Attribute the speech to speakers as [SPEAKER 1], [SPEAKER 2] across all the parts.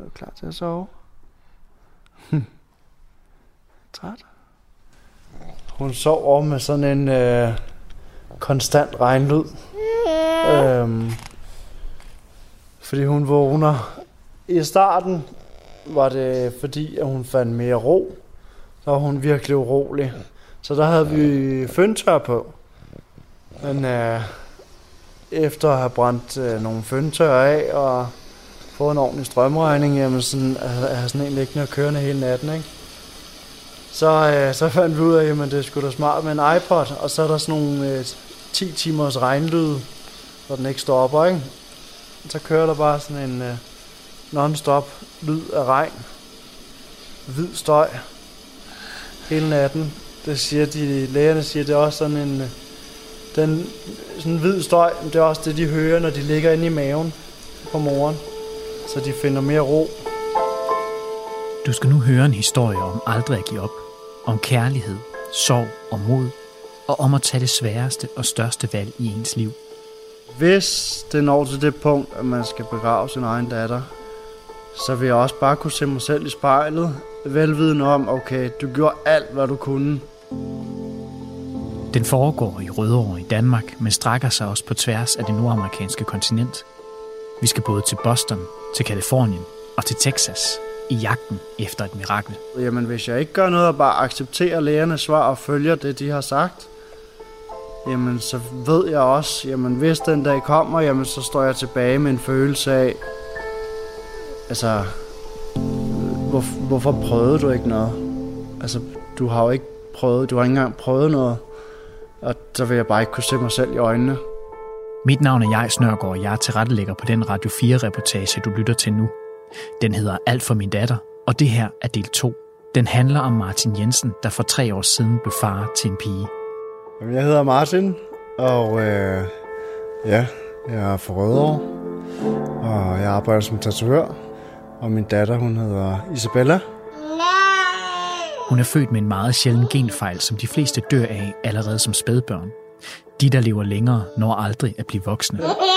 [SPEAKER 1] Er du klar til at sove? Træt? Hun sover med sådan en konstant regnlyd. Fordi hun vågner. I starten var det fordi, at hun fandt mere ro. Så var hun virkelig urolig. Så der havde vi føntør på. Men efter at have brændt nogle føntør af og fået en ordentlig strømregning, jamen sådan, at have sådan en liggende og kørende hele natten, ikke? Så fandt vi ud af, at det skulle da smart med en iPod, og så er der sådan nogle 10 timers regnlyd, hvor den ikke stopper, ikke? Så kører der bare sådan en non-stop lyd af regn. Hvid støj hele natten. Det siger lægerne siger, det er også sådan en sådan hvid støj, det er også det, de hører, når de ligger inde i maven på moren, så de finder mere ro.
[SPEAKER 2] Du skal nu høre en historie om aldrig at give op, om kærlighed, sorg og mod, og om at tage det sværeste og største valg i ens liv.
[SPEAKER 1] Hvis det når til det punkt, at man skal begrave sin egen datter, så vil jeg også bare kunne se mig selv i spejlet, velvidende om, okay, du gjorde alt, hvad du kunne.
[SPEAKER 2] Den foregår i Rødovre i Danmark, men strækker sig også på tværs af det nordamerikanske kontinent. Vi skal både til Boston, til Californien og til Texas i jagten efter et mirakel.
[SPEAKER 1] Jamen, hvis jeg ikke gør noget og bare accepterer lægernes svar og følger det, de har sagt, jamen, så ved jeg også, jamen, hvis den dag kommer, jamen, så står jeg tilbage med en følelse af, altså, hvorfor prøvede du ikke noget? Altså, du har jo ikke prøvet, du har ikke engang prøvet noget, og så vil jeg bare ikke kunne se mig selv i øjnene.
[SPEAKER 2] Mit navn er Jais Nørgaard, og jeg er tilrettelægger på den Radio 4-reportage, du lytter til nu. Den hedder Alt for min datter, og det her er del 2. Den handler om Martin Jensen, der for 3 år siden blev far til en pige.
[SPEAKER 1] Jeg hedder Martin, og jeg er fra Rødovre, og jeg arbejder som tatovør, og min datter, hun hedder Isabella.
[SPEAKER 2] Hun er født med en meget sjælden genfejl, som de fleste dør af allerede som spædbørn. De, der lever længere, når aldrig at blive voksne.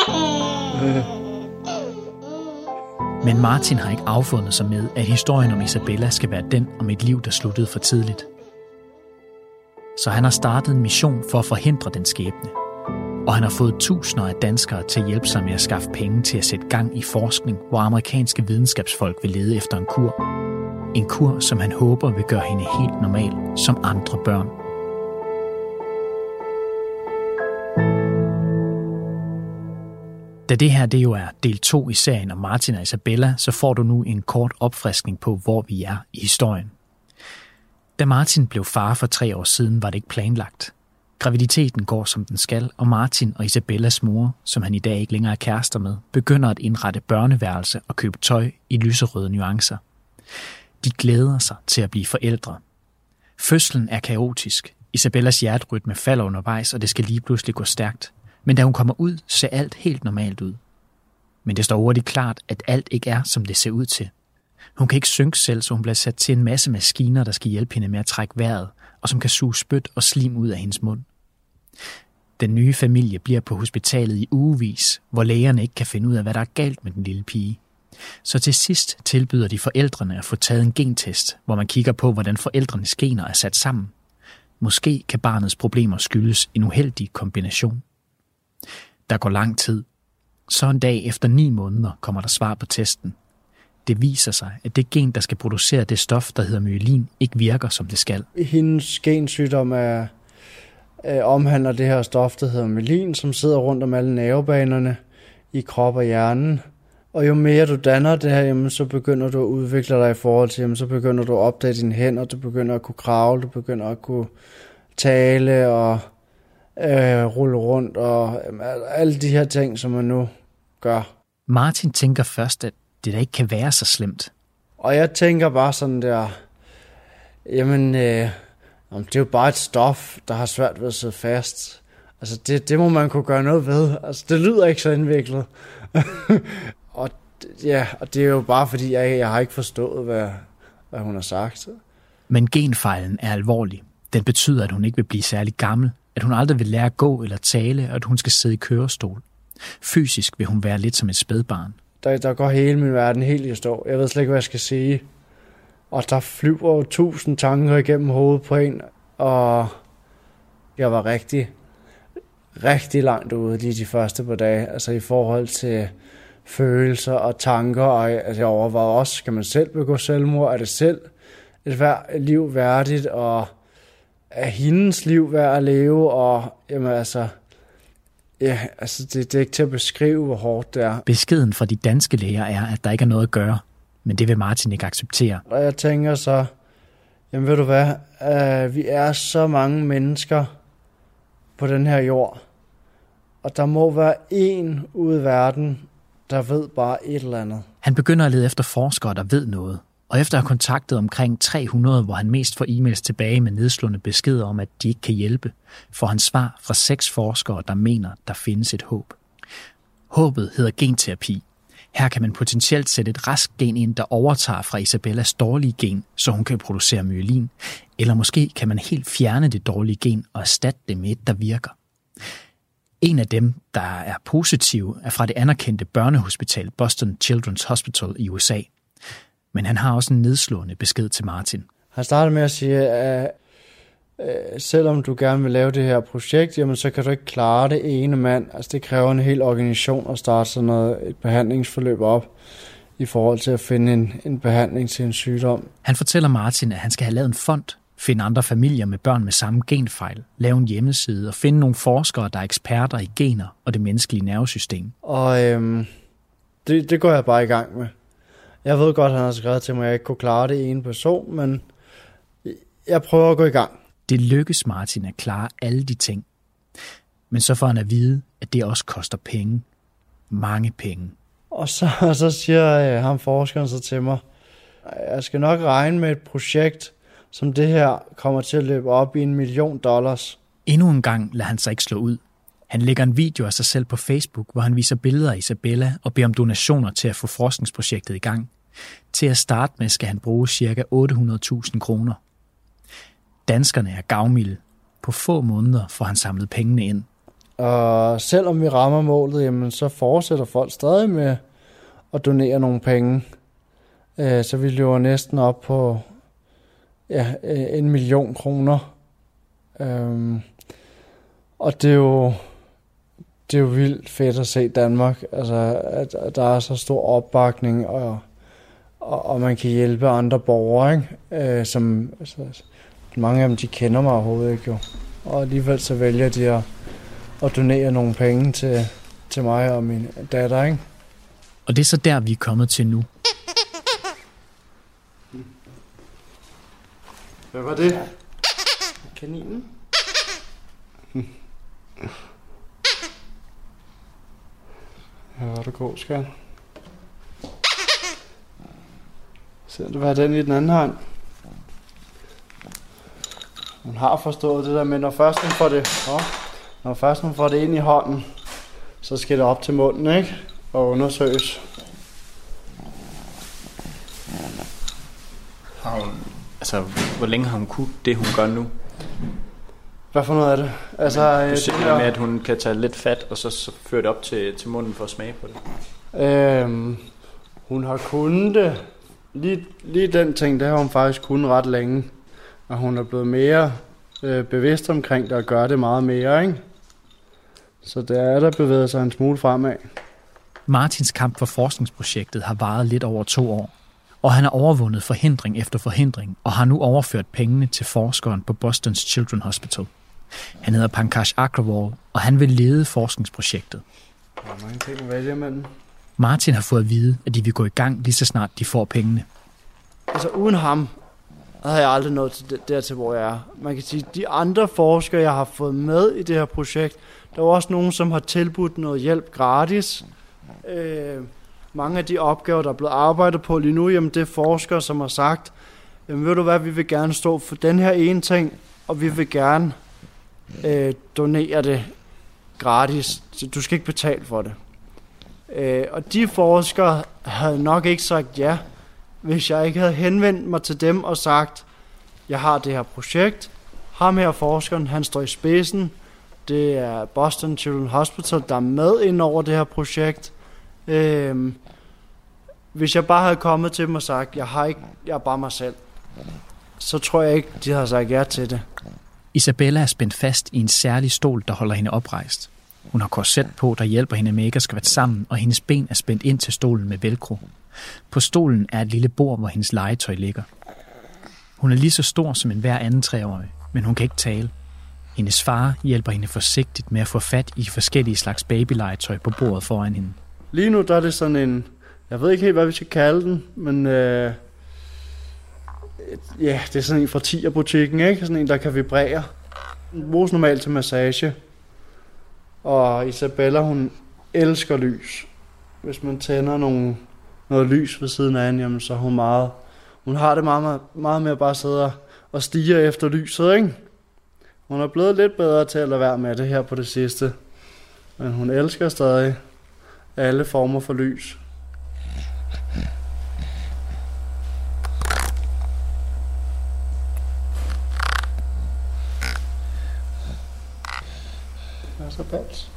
[SPEAKER 2] Men Martin har ikke affundet sig med, at historien om Isabella skal være den om et liv, der sluttede for tidligt. Så han har startet en mission for at forhindre den skæbne. Og han har fået tusinder af danskere til at hjælpe sig med at skaffe penge til at sætte gang i forskning, hvor amerikanske videnskabsfolk vil lede efter en kur. En kur, som han håber vil gøre hende helt normal som andre børn. Da det her det jo er del 2 i serien om Martin og Isabella, så får du nu en kort opfriskning på, hvor vi er i historien. Da Martin blev far for 3 år siden, var det ikke planlagt. Graviditeten går som den skal, og Martin og Isabellas mor, som han i dag ikke længere er kærester med, begynder at indrette børneværelse og købe tøj i lyserøde nuancer. De glæder sig til at blive forældre. Fødslen er kaotisk. Isabellas hjerterytme falder undervejs, og det skal lige pludselig gå stærkt. Men da hun kommer ud, ser alt helt normalt ud. Men det står hurtigt klart, at alt ikke er, som det ser ud til. Hun kan ikke synke selv, så hun bliver sat til en masse maskiner, der skal hjælpe hende med at trække vejret, og som kan suge spyt og slim ud af hendes mund. Den nye familie bliver på hospitalet i ugevis, hvor lægerne ikke kan finde ud af, hvad der er galt med den lille pige. Så til sidst tilbyder de forældrene at få taget en gentest, hvor man kigger på, hvordan forældrenes gener er sat sammen. Måske kan barnets problemer skyldes en uheldig kombination. Der går lang tid. Så en dag efter 9 måneder kommer der svar på testen. Det viser sig, at det gen, der skal producere det stof, der hedder myelin, ikke virker, som det skal.
[SPEAKER 1] Hendes gensygdom omhandler det her stof, der hedder myelin, som sidder rundt om alle nervebanerne i krop og hjernen. Og jo mere du danner det her, jamen, så begynder du at udvikle dig i forhold til, jamen, så begynder du at opdage dine hænder, du begynder at kunne kravle, du begynder at kunne tale og rulle rundt og alle de her ting, som man nu gør.
[SPEAKER 2] Martin tænker først, at det da ikke kan være så slemt.
[SPEAKER 1] Og jeg tænker bare sådan der, jamen, det er jo bare et stof, der har svært ved at sidde fast. Altså, det må man kunne gøre noget ved. Altså, det lyder ikke så indviklet. og det er jo bare fordi, jeg har ikke forstået, hvad hun har sagt.
[SPEAKER 2] Men genfejlen er alvorlig. Den betyder, at hun ikke vil blive særlig gammel, at hun aldrig vil lære at gå eller tale, og at hun skal sidde i kørestol. Fysisk vil hun være lidt som et spædbarn.
[SPEAKER 1] der går hele min verden helt i stå. Jeg ved slet ikke, hvad jeg skal sige. Og der flyver jo 1000 tanker igennem hovedet på en, og jeg var rigtig, rigtig langt ude lige de første par dage. Altså i forhold til følelser og tanker, og altså, jeg overvejede også, skal man selv begå selvmord? Er det selv et liv værdigt, og er hendes liv værd at leve? Og jamen altså, ja, altså det er ikke til at beskrive, hvor hårdt det er.
[SPEAKER 2] Beskeden fra de danske læger er, at der ikke er noget at gøre, men det vil Martin ikke acceptere.
[SPEAKER 1] Og jeg tænker så, jamen ved du hvad, vi er så mange mennesker på den her jord, og der må være en ude i verden, der ved bare et eller andet.
[SPEAKER 2] Han begynder at lede efter forskere, der ved noget, og efter at have kontaktet omkring 300, hvor han mest får e-mails tilbage med nedslående beskeder om, at de ikke kan hjælpe, får han svar fra 6 forskere, der mener, der findes et håb. Håbet hedder genterapi. Her kan man potentielt sætte et rask gen ind, der overtager fra Isabellas dårlige gen, så hun kan producere myelin. Eller måske kan man helt fjerne det dårlige gen og erstatte det med et, der virker. En af dem, der er positive, er fra det anerkendte børnehospital Boston Children's Hospital i USA. Men han har også en nedslående besked til Martin.
[SPEAKER 1] Han startede med at sige, at selvom du gerne vil lave det her projekt, jamen så kan du ikke klare det ene mand. Altså det kræver en hel organisation at starte sådan et behandlingsforløb op i forhold til at finde en behandling til en sygdom.
[SPEAKER 2] Han fortæller Martin, at han skal have lavet en fond, finde andre familier med børn med samme genfejl, lave en hjemmeside og finde nogle forskere, der er eksperter i gener og det menneskelige nervesystem.
[SPEAKER 1] Og det går jeg bare i gang med. Jeg ved godt, at han har skrevet til mig, at jeg ikke kunne klare det ene person, men jeg prøver at gå i gang.
[SPEAKER 2] Det lykkes Martin at klare alle de ting. Men så får han at vide, at det også koster penge. Mange penge.
[SPEAKER 1] Og så siger ham forskeren så til mig, jeg skal nok regne med et projekt, som det her kommer til at løbe op i $1 million.
[SPEAKER 2] Endnu en gang lader han sig ikke slå ud. Han lægger en video af sig selv på Facebook, hvor han viser billeder af Isabella og beder om donationer til at få forskningsprojektet i gang. Til at starte med skal han bruge ca. 800.000 kroner. Danskerne er gavmilde. På få måneder får han samlet pengene ind.
[SPEAKER 1] Og selvom vi rammer målet, jamen, så fortsætter folk stadig med at donere nogle penge. Så vi løber næsten op på 1 million kroner. Og det er jo vildt fedt at se Danmark. Altså, at der er så stor opbakning, og man kan hjælpe andre borgere, ikke? Som altså, mange af dem, de kender mig overhovedet ikke jo. Og alligevel så vælger de at donere nogle penge til mig og min datter, ikke?
[SPEAKER 2] Og det er så der, vi er kommet til nu.
[SPEAKER 1] Hvad var det? Kaninen? Ja, hvor er du god, skat. Ser du, hvad den i den anden hånd? Hun har forstået det der, men når først hun får det ind i hånden, så skal det op til munden, ikke? Og undersøges.
[SPEAKER 3] Hvor længe har hun kunnet det, hun gør nu?
[SPEAKER 1] Hvad for noget er det? Altså,
[SPEAKER 3] du siger med, at hun kan tage lidt fat, og så føre det op til munden for at smage på det.
[SPEAKER 1] Hun har kunnet det. Lige den ting, det har hun faktisk kunnet ret længe. Og hun er blevet mere bevidst omkring det og gør det meget mere, ikke? Så det er der bevæget sig en smule fremad.
[SPEAKER 2] Martins kamp for forskningsprojektet har varet lidt over 2 år. Og han har overvundet forhindring efter forhindring, og har nu overført pengene til forskeren på Boston's Children's Hospital. Han hedder Pankaj Agrawal, og han vil lede forskningsprojektet.
[SPEAKER 1] Der er mange ting at vælge imellem.
[SPEAKER 2] Martin har fået at vide, at de vil gå i gang lige så snart de får pengene.
[SPEAKER 1] Altså uden ham, havde jeg aldrig nået til dertil, hvor jeg er. Man kan sige, at de andre forskere, jeg har fået med i det her projekt, der er også nogen, som har tilbudt noget hjælp gratis. Mange af de opgaver, der er blevet arbejdet på lige nu, jamen det er forskere, som har sagt, jamen ved du hvad, vi vil gerne stå for den her ene ting, og vi vil gerne donere det gratis. Så du skal ikke betale for det. Og de forskere havde nok ikke sagt ja, hvis jeg ikke havde henvendt mig til dem og sagt, jeg har det her projekt. Ham her forskeren, han står i spidsen. Det er Boston Children's Hospital, der er med ind over det her projekt. Hvis jeg bare havde kommet til dem og sagt, jeg er bare mig selv, så tror jeg ikke, de har sagt ja til det.
[SPEAKER 2] Isabella er spændt fast i en særlig stol, der holder hende oprejst. Hun har korset på, der hjælper hende med ikke at skvatte sammen, og hendes ben er spændt ind til stolen med velcro. På stolen er et lille bord, hvor hendes legetøj ligger. Hun er lige så stor som enhver anden 3-årig, men hun kan ikke tale. Hendes far hjælper hende forsigtigt med at få fat i forskellige slags babylegetøj på bordet foran hende.
[SPEAKER 1] Lige nu der er det sådan en, jeg ved ikke helt, hvad vi skal kalde den, men ja, det er sådan en fra Tier-butikken, ikke? Sådan en, der kan vibrere. Den bruges normalt til massage. Og Isabella, hun elsker lys. Hvis man tænder noget lys ved siden af hende, jamen, så er hun meget... Hun har det meget med at bare sidde og stige efter lyset, ikke? Hun er blevet lidt bedre til at lade være med det her på det sidste. Men hun elsker stadig alle former for lys. Hvad så, Babs?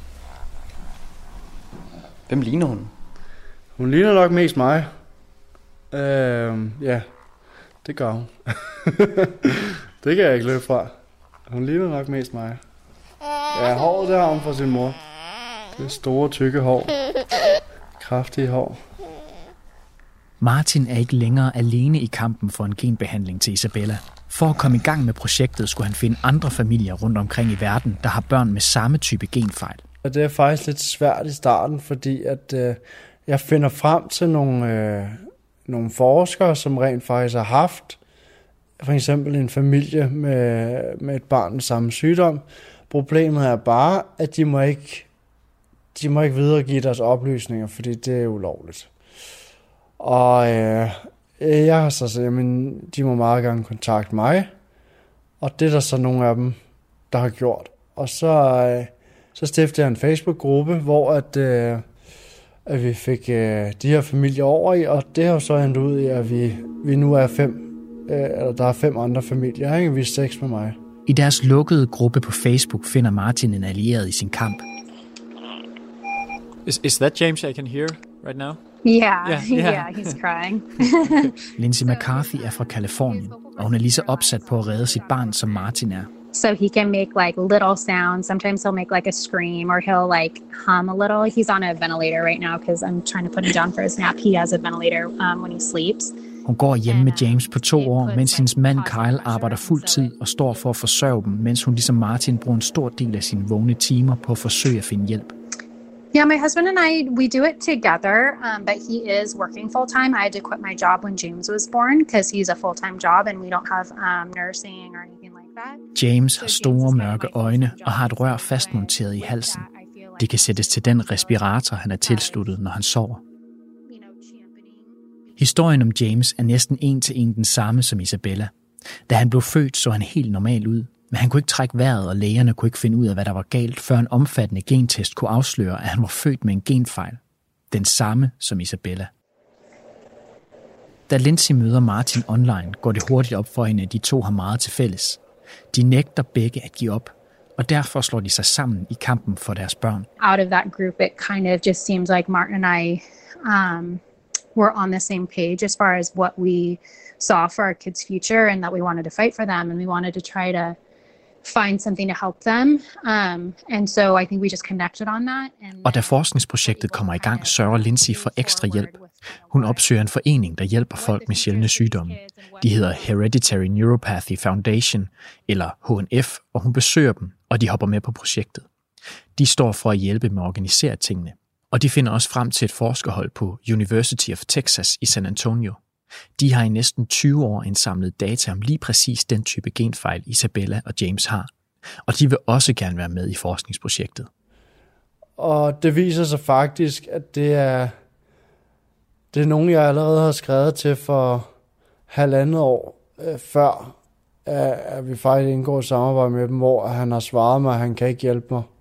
[SPEAKER 3] Hvem ligner hun?
[SPEAKER 1] Hun ligner nok mest mig. Ja, det gør hun. Det kan jeg ikke løbe fra. Hun ligner nok mest mig. Ja, håret der har hun fra sin mor. Det er store, tykke hår. Kraftige hår.
[SPEAKER 2] Martin er ikke længere alene i kampen for en genbehandling til Isabella. For at komme i gang med projektet skulle han finde andre familier rundt omkring i verden, der har børn med samme type genfejl.
[SPEAKER 1] Det er faktisk lidt svært i starten, fordi at jeg finder frem til nogle forskere, som rent faktisk har haft for eksempel en familie med et barn med samme sygdom. Problemet er bare, at de må ikke videregive deres oplysninger, fordi det er ulovligt. Og jeg har så sagt, at de må meget gerne kontakte mig, og det er der så nogle af dem, der har gjort. Og så stiftede jeg en Facebook-gruppe, hvor at vi fik de her familier over i, og det har jo så endt ud i, at vi nu er 5, eller der er 5 andre familier, ikke? Vi er 6 med mig.
[SPEAKER 2] I deres lukkede gruppe på Facebook finder Martin en allieret i sin kamp.
[SPEAKER 3] Is that James I can hear right now?
[SPEAKER 4] Yeah, he's crying.
[SPEAKER 2] Lindsay McCarthy er fra Californien, og hun er lige så opsat på at redde sit barn, som Martin er.
[SPEAKER 4] So he can make like little sounds. Sometimes he'll make like a scream, or he'll like hum a little. He's on a ventilator right now because I'm trying to put him down for his nap. He has a ventilator when he sleeps.
[SPEAKER 2] Hun går hjemme med James på 2 år, mens hendes mand Kyle arbejder fuld tid og står for at forsørge dem, mens hun ligesom Martin bruger en stor del af sine vågne timer på at forsøge at finde hjælp.
[SPEAKER 4] Yeah, my husband and I, we do it together, but he is working full-time. I had to quit my job when James was born because he's a full-time job and we don't have nursing or anything like that.
[SPEAKER 2] James har store mørke øjne og har et rør fastmonteret i halsen. Det kan sættes til den respirator, han er tilsluttet, når han sover. Historien om James er næsten en til en den samme som Isabella. Da han blev født, så han helt normal ud. Men han kunne ikke trække vejret, og lægerne kunne ikke finde ud af, hvad der var galt, før en omfattende gentest kunne afsløre, at han var født med en genfejl. Den samme som Isabella. Da Lindsay møder Martin online, går det hurtigt op for hende, at de to har meget til fælles. De nægter begge at give op, og derfor slår de sig sammen i kampen for deres børn.
[SPEAKER 4] Out of that group, it kind of just seems like Martin and I were on the same page as far as what we saw for our kids' future, and that we wanted to fight for them, and we wanted to try to find something to help them. And so I think we just connected on that.
[SPEAKER 2] Og da forskningsprojektet kommer i gang, sørger Lindsay for ekstra hjælp. Hun opsøger en forening, der hjælper folk med sjældne sygdomme. De hedder Hereditary Neuropathy Foundation, eller HNF, og hun besøger dem, og de hopper med på projektet. De står for at hjælpe med at organisere tingene. Og de finder også frem til et forskerhold på University of Texas i San Antonio. De har i næsten 20 år indsamlet data om lige præcis den type genfejl, Isabella og James har. Og de vil også gerne være med i forskningsprojektet.
[SPEAKER 1] Og det viser sig faktisk, at det er nogen, jeg allerede har skrevet til for 1,5 år før, at vi faktisk indgår et samarbejde med dem, hvor han har svaret mig, at han kan ikke hjælpe mig.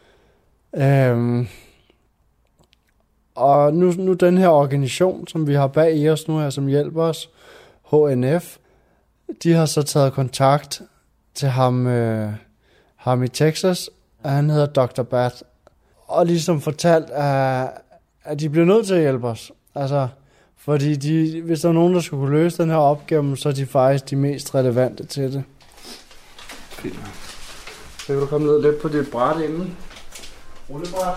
[SPEAKER 1] Og nu den her organisation, som vi har bag i os nu her, som hjælper os, HNF, de har så taget kontakt til ham i Texas, og han hedder Dr. Bat, og ligesom fortalt, at de bliver nødt til at hjælpe os. Altså, Fordi hvis der er nogen, der skulle kunne løse den her opgave, så er de faktisk de mest relevante til det. Fint. Så kan du komme ned lidt på dit bræt inden. Rullebræt.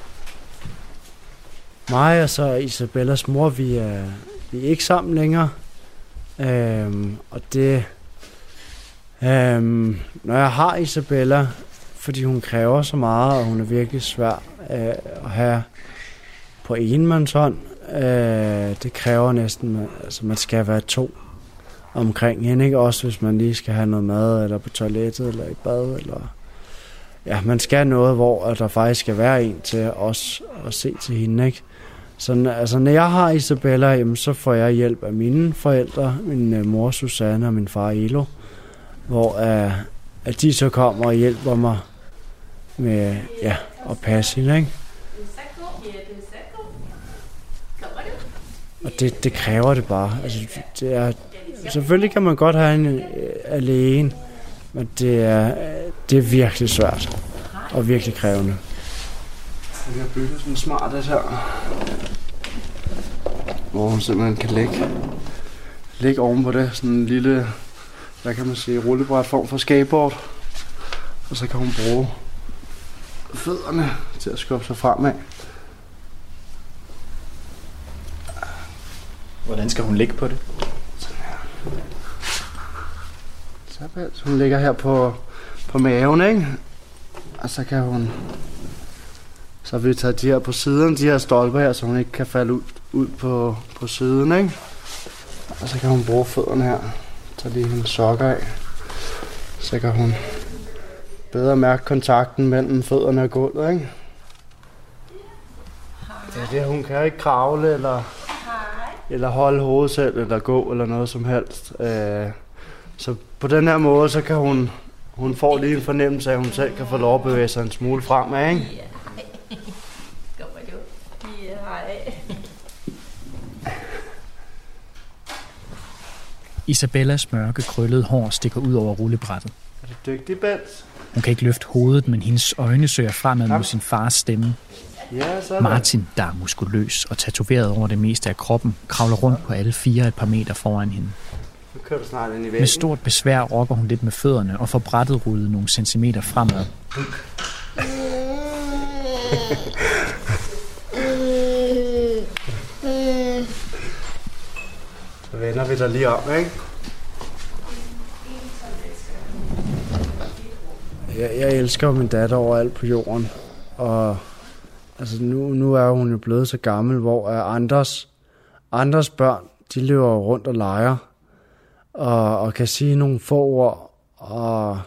[SPEAKER 1] Mig og så Isabellas mor, vi er ikke sammen længere. Og det... når jeg har Isabella, fordi hun kræver så meget, og hun er virkelig svær at have på enmandshånd, det kræver næsten, altså man skal være 2 omkring hende, ikke? Også hvis man lige skal have noget mad, eller på toilettet, eller i bad, eller... Ja, man skal noget, hvor der faktisk skal være en til os at se til hende, ikke? Så altså, når jeg har Isabella, jamen, så får jeg hjælp af mine forældre, min mor Susanne og min far Elo, hvor at de så kommer og hjælper mig med at passe hende, ikke? Og det kræver det bare. Altså, det er, selvfølgelig kan man godt have en alene, men det er virkelig svært og virkelig krævende. Vi har bygget sådan smart det her, hvor hun simpelthen kan ligge oven på det, sådan en lille, hvad kan man sige, rullebræt form for skateboard, og så kan hun bruge fødderne til at skubbe sig fremad.
[SPEAKER 3] Hvordan skal hun ligge på det?
[SPEAKER 1] Sådan her. Så hun ligger her på maven, ikke? Og så kan hun... Så vil vi tage de her på siden, de her stolper her, så hun ikke kan falde ud på siden, ikke? Og så kan hun bruge fødderne her. Tage lige hendes sokker af. Så kan hun bedre mærke kontakten mellem fødderne og gulvet, ikke? Ja, hun kan ikke kravle eller holde hovedet selv, eller gå, eller noget som helst. Så på den her måde, så kan hun får lige en fornemmelse af, at hun selv kan få lov at bevæge sig en smule fremad, ikke?
[SPEAKER 2] Isabellas mørke, krøllede hår stikker ud over rullebrættet.
[SPEAKER 1] Er du dygtig, Bens?
[SPEAKER 2] Hun kan ikke løfte hovedet, men hendes øjne søger fremad mod sin fars stemme.
[SPEAKER 1] Ja, sådan.
[SPEAKER 2] Martin, der er muskuløs og tatoveret over det meste af kroppen, kravler rundt på alle 4 et par meter foran hende.
[SPEAKER 1] Nu kører du snart ind i væggen.
[SPEAKER 2] Med stort besvær rokker hun lidt med fødderne og får brættet rullet nogle centimeter fremad.
[SPEAKER 1] Så vender vi dig lige om, ikke? Jeg elsker min datter overalt på jorden. Og altså nu er hun jo blevet så gammel, hvor andres børn, de løber rundt og leger. Og kan sige nogle få ord. Og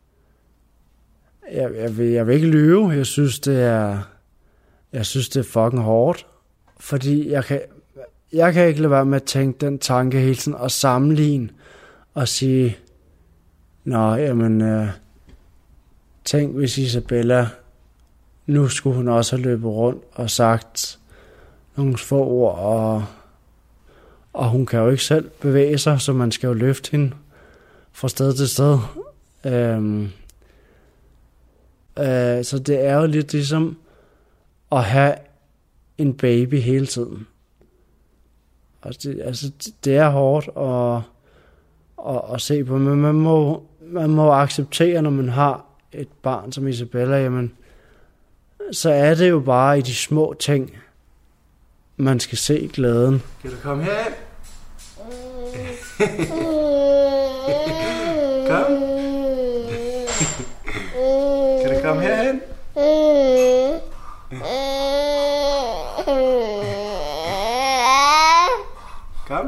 [SPEAKER 1] jeg vil ikke lyve. Jeg synes, det er fucking hårdt. Fordi jeg kan ikke lade være med at tænke den tanke hele tiden, og sammenligne og sige, nå, jamen, tænk hvis Isabella, nu skulle hun også have løbet rundt og sagt nogle få ord, og hun kan jo ikke selv bevæge sig, så man skal jo løfte hende fra sted til sted. Så det er jo lidt ligesom at have en baby hele tiden. Det er hårdt at se på, men man må acceptere, når man har et barn som Isabella, jamen, så er det jo bare i de små ting, man skal se glæden. Kan du komme herhen? Kom. Kan du komme herhen? Kom.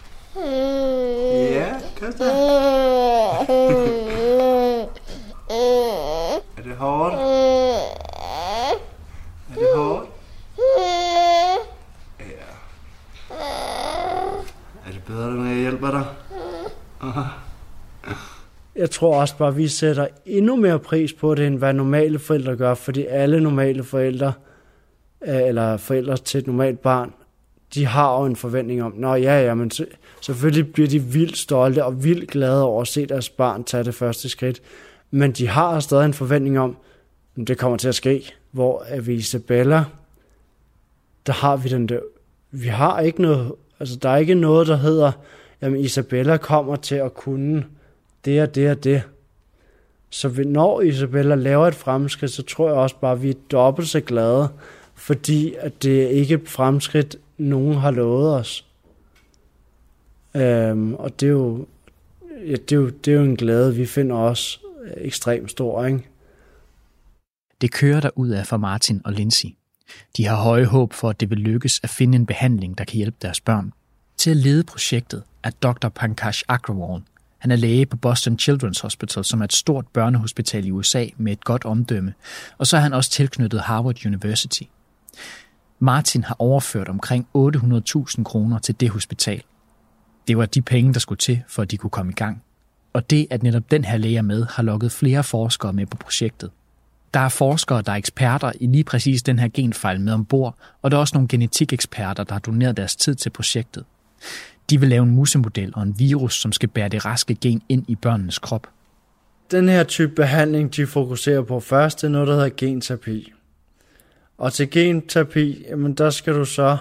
[SPEAKER 1] Ja, kom så. Er det hårdt? Er det hårdt? Ja. Er det bedre, når jeg hjælper dig? Jeg tror også bare, at vi sætter endnu mere pris på det, end hvad normale forældre gør, fordi alle normale forældre, eller forældre til et normalt barn, de har jo en forventning om, men selvfølgelig bliver de vildt stolte og vildt glade over at se deres barn tage det første skridt, men de har stadig en forventning om, at det kommer til at ske, hvor vi Isabella, der har vi den der, vi har ikke noget Altså, der er ikke noget, der hedder, jamen Isabella kommer til at kunne det og det og det. Så når Isabella laver et fremskridt, så tror jeg også bare, at vi er dobbelt så glade, fordi at det ikke er et fremskridt, nogen har lovet os. Og det er jo en glæde, vi finder også ekstremt stor, ikke?
[SPEAKER 2] Det kører der ud af for Martin og Lindsay. De har høje håb for, at det vil lykkes at finde en behandling, der kan hjælpe deres børn. Til at lede projektet er Dr. Pankaj Agrawal. Han er læge på Boston Children's Hospital, som er et stort børnehospital i USA med et godt omdømme, og så er han også tilknyttet Harvard University. Martin har overført omkring 800.000 kroner til det hospital. Det var de penge, der skulle til, for at de kunne komme i gang. Og det, at netop den her læge er med, har lokket flere forskere med på projektet. Der er forskere, der er eksperter i lige præcis den her genfejl med ombord, og der er også nogle genetikeksperter, der har doneret deres tid til projektet. De vil lave en musemodel og en virus, som skal bære det raske gen ind i børnenes krop.
[SPEAKER 1] Den her type behandling, de fokuserer på først, det er noget, der hedder genterapi. Og til genterapi, jamen der skal du så...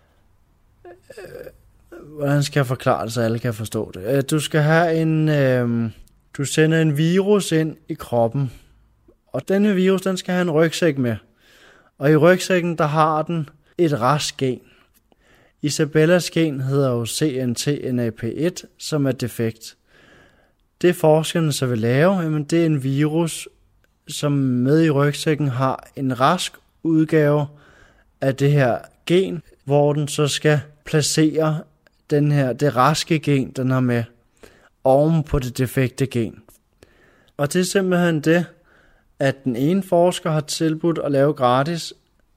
[SPEAKER 1] hvordan skal jeg forklare det, så alle kan forstå det? Du skal have en... du sender en virus ind i kroppen, og denne virus, den skal have en rygsæk med. Og i rygsækken, der har den et rask gen. Isabellas gen hedder jo CNTNAP1, som er defekt. Det forskerne så vil lave, jamen det er en virus, som med i rygsækken har en rask udgave af det her gen, hvor den så skal placere det raske gen, den har med, oven på det defekte gen. Og det er simpelthen det, at den ene forsker har tilbudt at lave gratis,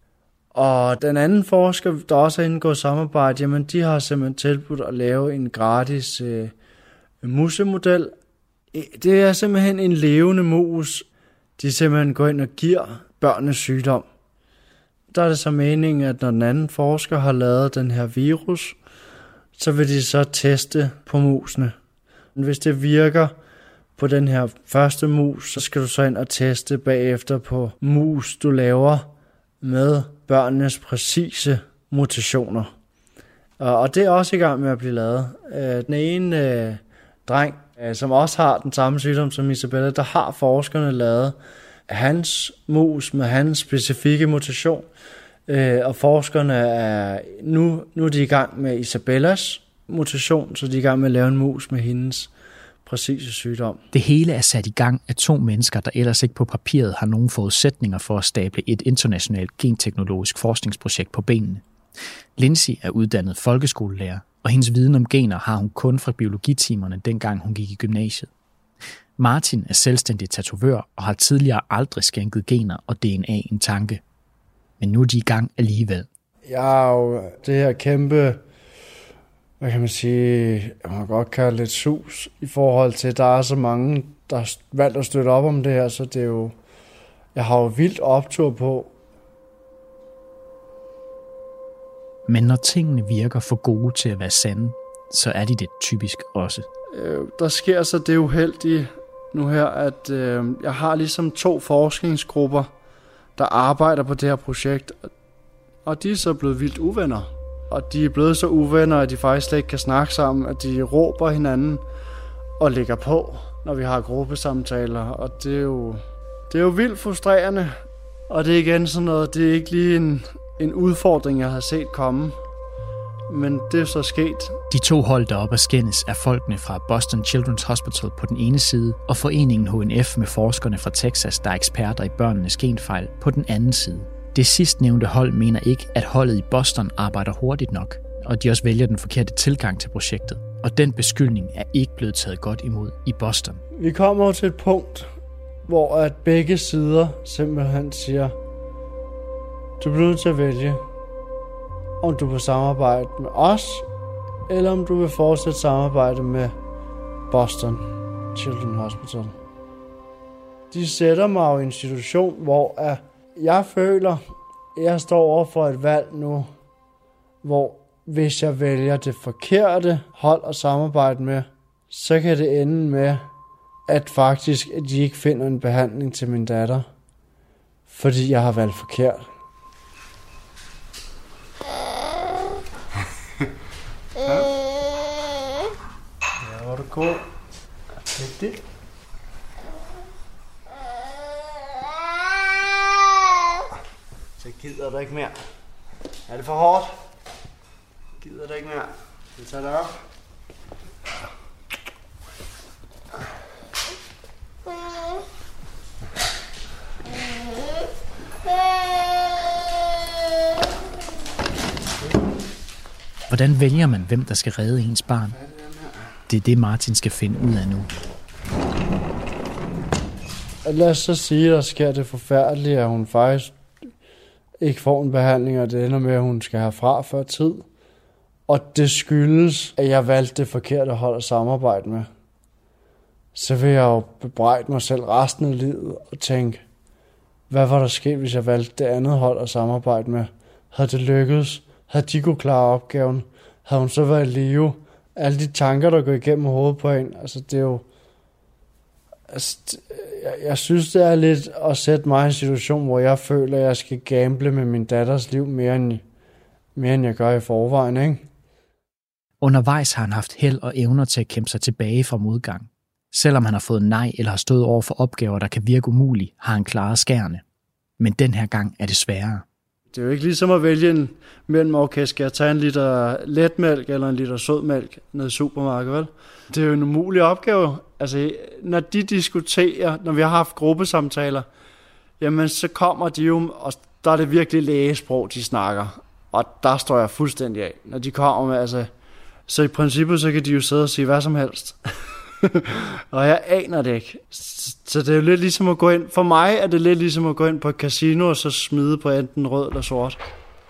[SPEAKER 1] og den anden forsker, der også har indgået samarbejde, jamen de har simpelthen tilbudt at lave en gratis musemodel. Det er simpelthen en levende mus, de simpelthen går ind og giver børnene sygdom. Der er det så meningen, at når den anden forsker har lavet den her virus, så vil de så teste på musene. Hvis det virker på den her første mus, så skal du så ind og teste bagefter på mus, du laver med børnenes præcise mutationer. Og det er også i gang med at blive lavet. Den ene dreng, som også har den samme sygdom som Isabella, der har forskerne lavet hans mus med hans specifikke mutation. Og forskerne er nu er de i gang med Isabellas mutation, så de er i gang med at lave en mus med hendes præcise sygdom.
[SPEAKER 2] Det hele er sat i gang af 2 mennesker, der ellers ikke på papiret har nogen forudsætninger for at stable et internationalt genteknologisk forskningsprojekt på benene. Lindsay er uddannet folkeskolelærer, og hendes viden om gener har hun kun fra biologitimerne, dengang hun gik i gymnasiet. Martin er selvstændig tatovør og har tidligere aldrig skænket gener og DNA en tanke. Men nu er de i gang alligevel.
[SPEAKER 1] Jeg er jo det her kæmpe, hvad kan man sige, jeg må godt kalde lidt sus i forhold til, at der er så mange, der har valgt at støtte op om det her, så det er jo, jeg har jo vildt optur på.
[SPEAKER 2] Men når tingene virker for gode til at være sande, så er de det typisk også.
[SPEAKER 1] Der sker så det uheldige nu her, at jeg har ligesom 2 forskningsgrupper, der arbejder på det her projekt, og de er så blevet vildt uvenner. Og de er blevet så uvenner, at de faktisk slet ikke kan snakke sammen, at de råber hinanden og lægger på, når vi har gruppesamtaler. Og det er jo vildt frustrerende, og det er igen sådan noget, det er ikke lige en udfordring, jeg har set komme. Men det er så sket.
[SPEAKER 2] De 2 hold deroppe at skændes er folkene fra Boston Children's Hospital på den ene side, og foreningen HNF med forskerne fra Texas, der er eksperter i børnenes genfejl, på den anden side. Det sidstnævnte hold mener ikke, at holdet i Boston arbejder hurtigt nok, og de også vælger den forkerte tilgang til projektet. Og den beskyldning er ikke blevet taget godt imod i Boston.
[SPEAKER 1] Vi kommer til et punkt, hvor at begge sider simpelthen siger, du bliver nødt til at vælge, om du vil samarbejde med os, eller om du vil fortsætte samarbejde med Boston Children's Hospital. De sætter mig jo i en situation, hvor jeg føler, at jeg står over for et valg nu, hvor hvis jeg vælger det forkerte hold at samarbejde med, så kan det ende med, at de ikke finder en behandling til min datter, fordi jeg har valgt forkert. Cool. Vigtigt. Så gider du ikke mere. Er det for hårdt? Gider du ikke mere? Vi tager det op.
[SPEAKER 2] Hvordan vælger man, hvem der skal redde ens barn? Det er det, Martin skal finde ud af nu.
[SPEAKER 1] Lad os så sige, at der sker det forfærdelige, at hun faktisk ikke får en behandling, og det ender med, at hun skal herfra før tid. Og det skyldes, at jeg valgte det forkerte hold at samarbejde med. Så vil jeg jo bebrejde mig selv resten af livet og tænke, hvad var der sket, hvis jeg valgte det andet hold at samarbejde med? Havde det lykkedes? Havde de kunne klare opgaven? Havde hun så været i live? Alle de tanker, der går igennem hovedet på en, altså det er jo... Altså, jeg synes, det er lidt at sætte mig i en situation, hvor jeg føler, at jeg skal gamble med min datters liv mere end jeg gør i forvejen, ikke?
[SPEAKER 2] Undervejs har han haft held og evner til at kæmpe sig tilbage fra modgang. Selvom han har fået nej eller har stået over for opgaver, der kan virke umulige, har han klaret skærene. Men den her gang er det sværere.
[SPEAKER 1] Det er jo ikke ligesom at vælge mellem, okay, skal jeg tage en liter letmælk eller en liter sødmælk ned i supermarkedet, vel? Det er jo en umulig opgave. Altså, når de diskuterer, når vi har haft gruppesamtaler, jamen så kommer de jo, og der er det virkelig lægesprog, de snakker. Og der står jeg fuldstændig af. Når de kommer med, altså, så i princippet, så kan de jo sidde og sige hvad som helst. Og jeg aner det ikke. Så det er jo lidt ligesom at gå ind, for mig er det lidt ligesom at gå ind på et casino og så smide på enten rød eller sort.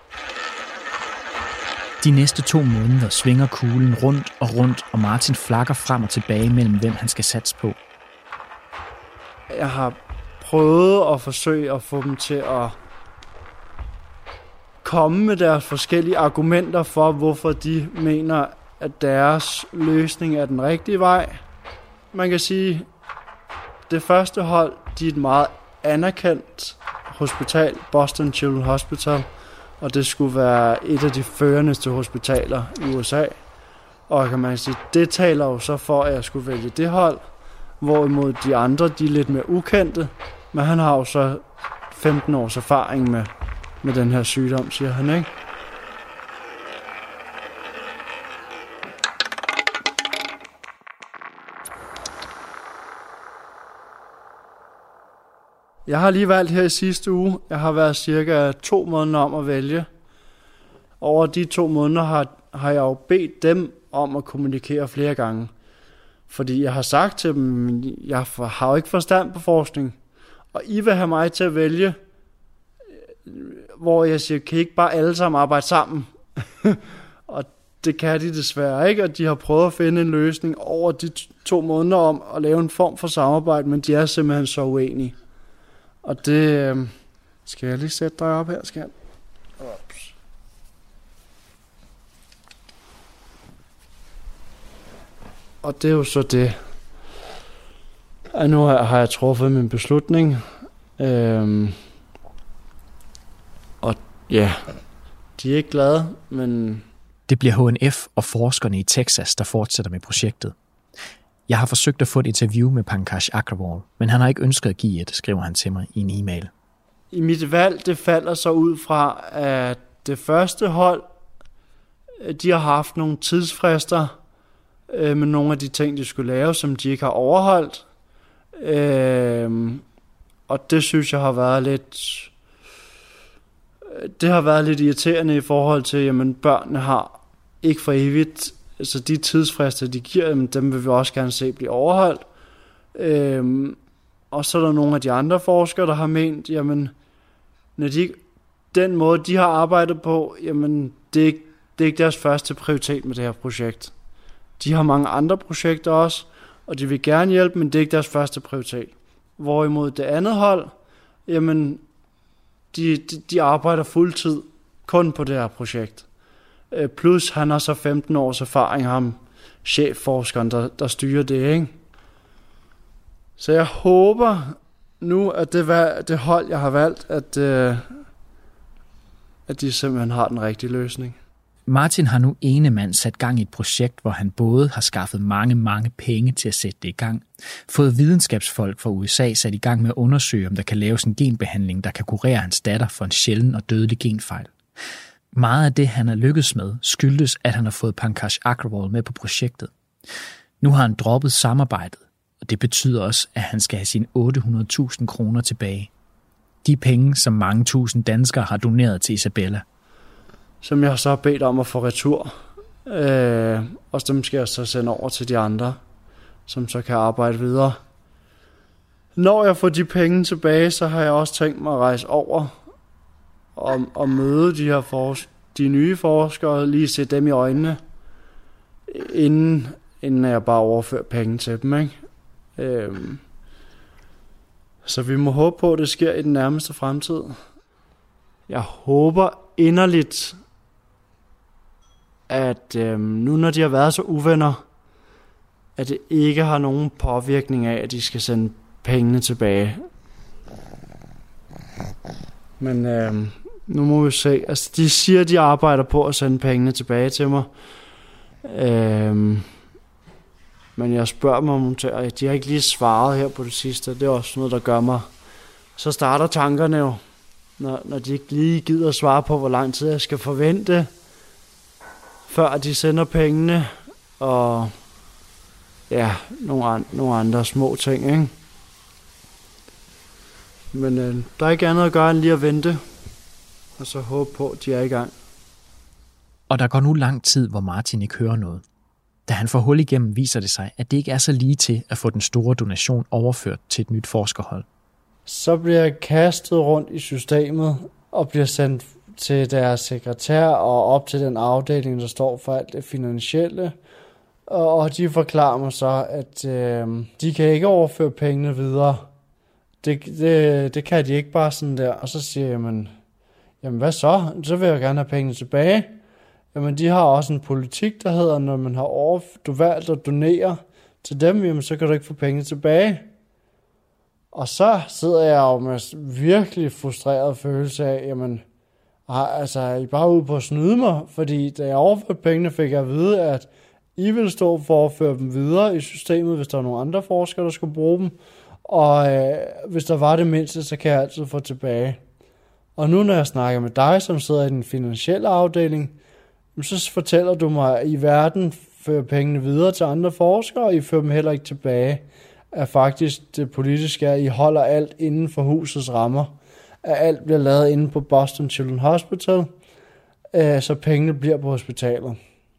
[SPEAKER 2] De næste 2 måneder svinger kuglen rundt, og Martin flakker frem og tilbage mellem hvem han skal satse på.
[SPEAKER 1] Jeg har prøvet at forsøge at få dem til at komme med deres forskellige argumenter for, hvorfor de mener, at deres løsning er den rigtige vej. Man kan sige, det første hold, de er et meget anerkendt hospital, Boston Children's Hospital, og det skulle være et af de førendeste hospitaler i USA. Og kan man sige, det taler jo så for, at jeg skulle vælge det hold, hvorimod de andre, de er lidt mere ukendte, men han har jo så 15 års erfaring med den her sygdom, siger han, ikke? Jeg har lige valgt her i sidste uge. Jeg har været cirka 2 måneder om at vælge. Over de 2 måneder har jeg jo bedt dem om at kommunikere flere gange. Fordi jeg har sagt til dem, jeg har jo ikke forstand på forskning. Og I vil have mig til at vælge, hvor jeg siger, kan I ikke bare alle sammen arbejde sammen? Og det kan de desværre ikke, og de har prøvet at finde en løsning over de 2 måneder om at lave en form for samarbejde, men de er simpelthen så uenige. Og det... skal jeg lige sætte dig op her, skal jeg? Ups. Og det er jo så det. Og nu har jeg truffet min beslutning. Og ja, de er ikke glade, men...
[SPEAKER 2] Det bliver HNF og forskerne i Texas, der fortsætter med projektet. Jeg har forsøgt at få et interview med Pankaj Agrawal, men han har ikke ønsket at give et, skriver han til mig i en e-mail.
[SPEAKER 1] I mit valg, det falder så ud fra, at det første hold, de har haft nogle tidsfrister med nogle af de ting, de skulle lave, som de ikke har overholdt. Og det synes jeg har været lidt... Det har været lidt irriterende i forhold til, jamen børnene har ikke for evigt... Så de tidsfrister, de giver dem vil vi også gerne se blive overholdt. Og så er der nogle af de andre forskere, der har ment, jamen, når den måde, de har arbejdet på, jamen, det er ikke deres første prioritet med det her projekt. De har mange andre projekter også, og de vil gerne hjælpe, men det er ikke deres første prioritet. Hvorimod det andet hold, jamen, de arbejder fuldtid kun på det her projekt. Plus han har så 15 års erfaring, ham chefforskeren, der styrer det, ikke? Så jeg håber nu, at det hold, jeg har valgt, at de simpelthen har den rigtige løsning.
[SPEAKER 2] Martin har nu enemand sat gang i et projekt, hvor han både har skaffet mange penge til at sætte det i gang, fået videnskabsfolk fra USA sat i gang med at undersøge, om der kan laves en genbehandling, der kan kurere hans datter for en sjælden og dødelig genfejl. Meget af det, han har lykkedes med, skyldes, at han har fået Pankaj Agrawal med på projektet. Nu har han droppet samarbejdet, og det betyder også, at han skal have sine 800.000 kroner tilbage. De penge, som mange tusind danskere har doneret til Isabella.
[SPEAKER 1] Som jeg så har bedt om at få retur. Og dem skal jeg så sende over til de andre, som så kan arbejde videre. Når jeg får de penge tilbage, så har jeg også tænkt mig at rejse over og møde de nye forskere, lige se dem i øjnene, inden jeg bare overfører penge til dem, ikke? Så vi må håbe på, at det sker i den nærmeste fremtid. Jeg håber inderligt, at nu når de har været så uvenner, at det ikke har nogen påvirkning af, at de skal sende pengene tilbage. Men nu må vi se. Altså, de siger, at de arbejder på at sende pengene tilbage til mig. Men jeg spørger mig om de har ikke lige svaret her på det sidste. Det er også noget, der gør mig. Så starter tankerne jo, når de ikke lige gider at svare på, hvor lang tid jeg skal forvente, før de sender pengene, og ja, nogle andre små ting, ikke? Men der er ikke andet at gøre end lige at vente, og så håbe på, at de er i gang.
[SPEAKER 2] Og der går nu lang tid, hvor Martin ikke hører noget. Da han får hul igennem, viser det sig, at det ikke er så lige til at få den store donation overført til et nyt forskerhold.
[SPEAKER 1] Så bliver jeg kastet rundt i systemet og bliver sendt til deres sekretær og op til den afdeling, der står for alt det finansielle. Og de forklarer mig så, at de kan ikke overføre pengene videre. Det kan de ikke bare sådan der. Og så siger jeg, jamen hvad så? Så vil jeg gerne have pengene tilbage. Jamen de har også en politik, der hedder, når man har valgt at donere til dem, jamen så kan du ikke få pengene tilbage. Og så sidder jeg jo med virkelig frustreret følelse af, jamen, altså, I er bare ude på at snyde mig, fordi da jeg overførte pengene, fik jeg at vide, at I ville stå for at føre dem videre i systemet, hvis der var nogle andre forskere, der skulle bruge dem. Og hvis der var det mindste, så kan jeg altid få tilbage. Og nu når jeg snakker med dig, som sidder i den finansielle afdeling, så fortæller du mig, at i verden fører pengene videre til andre forskere, og I fører dem heller ikke tilbage. At faktisk det politiske er, at I holder alt inden for husets rammer. At alt bliver lavet inde på Boston Children's Hospital, så pengene bliver på hospitalet.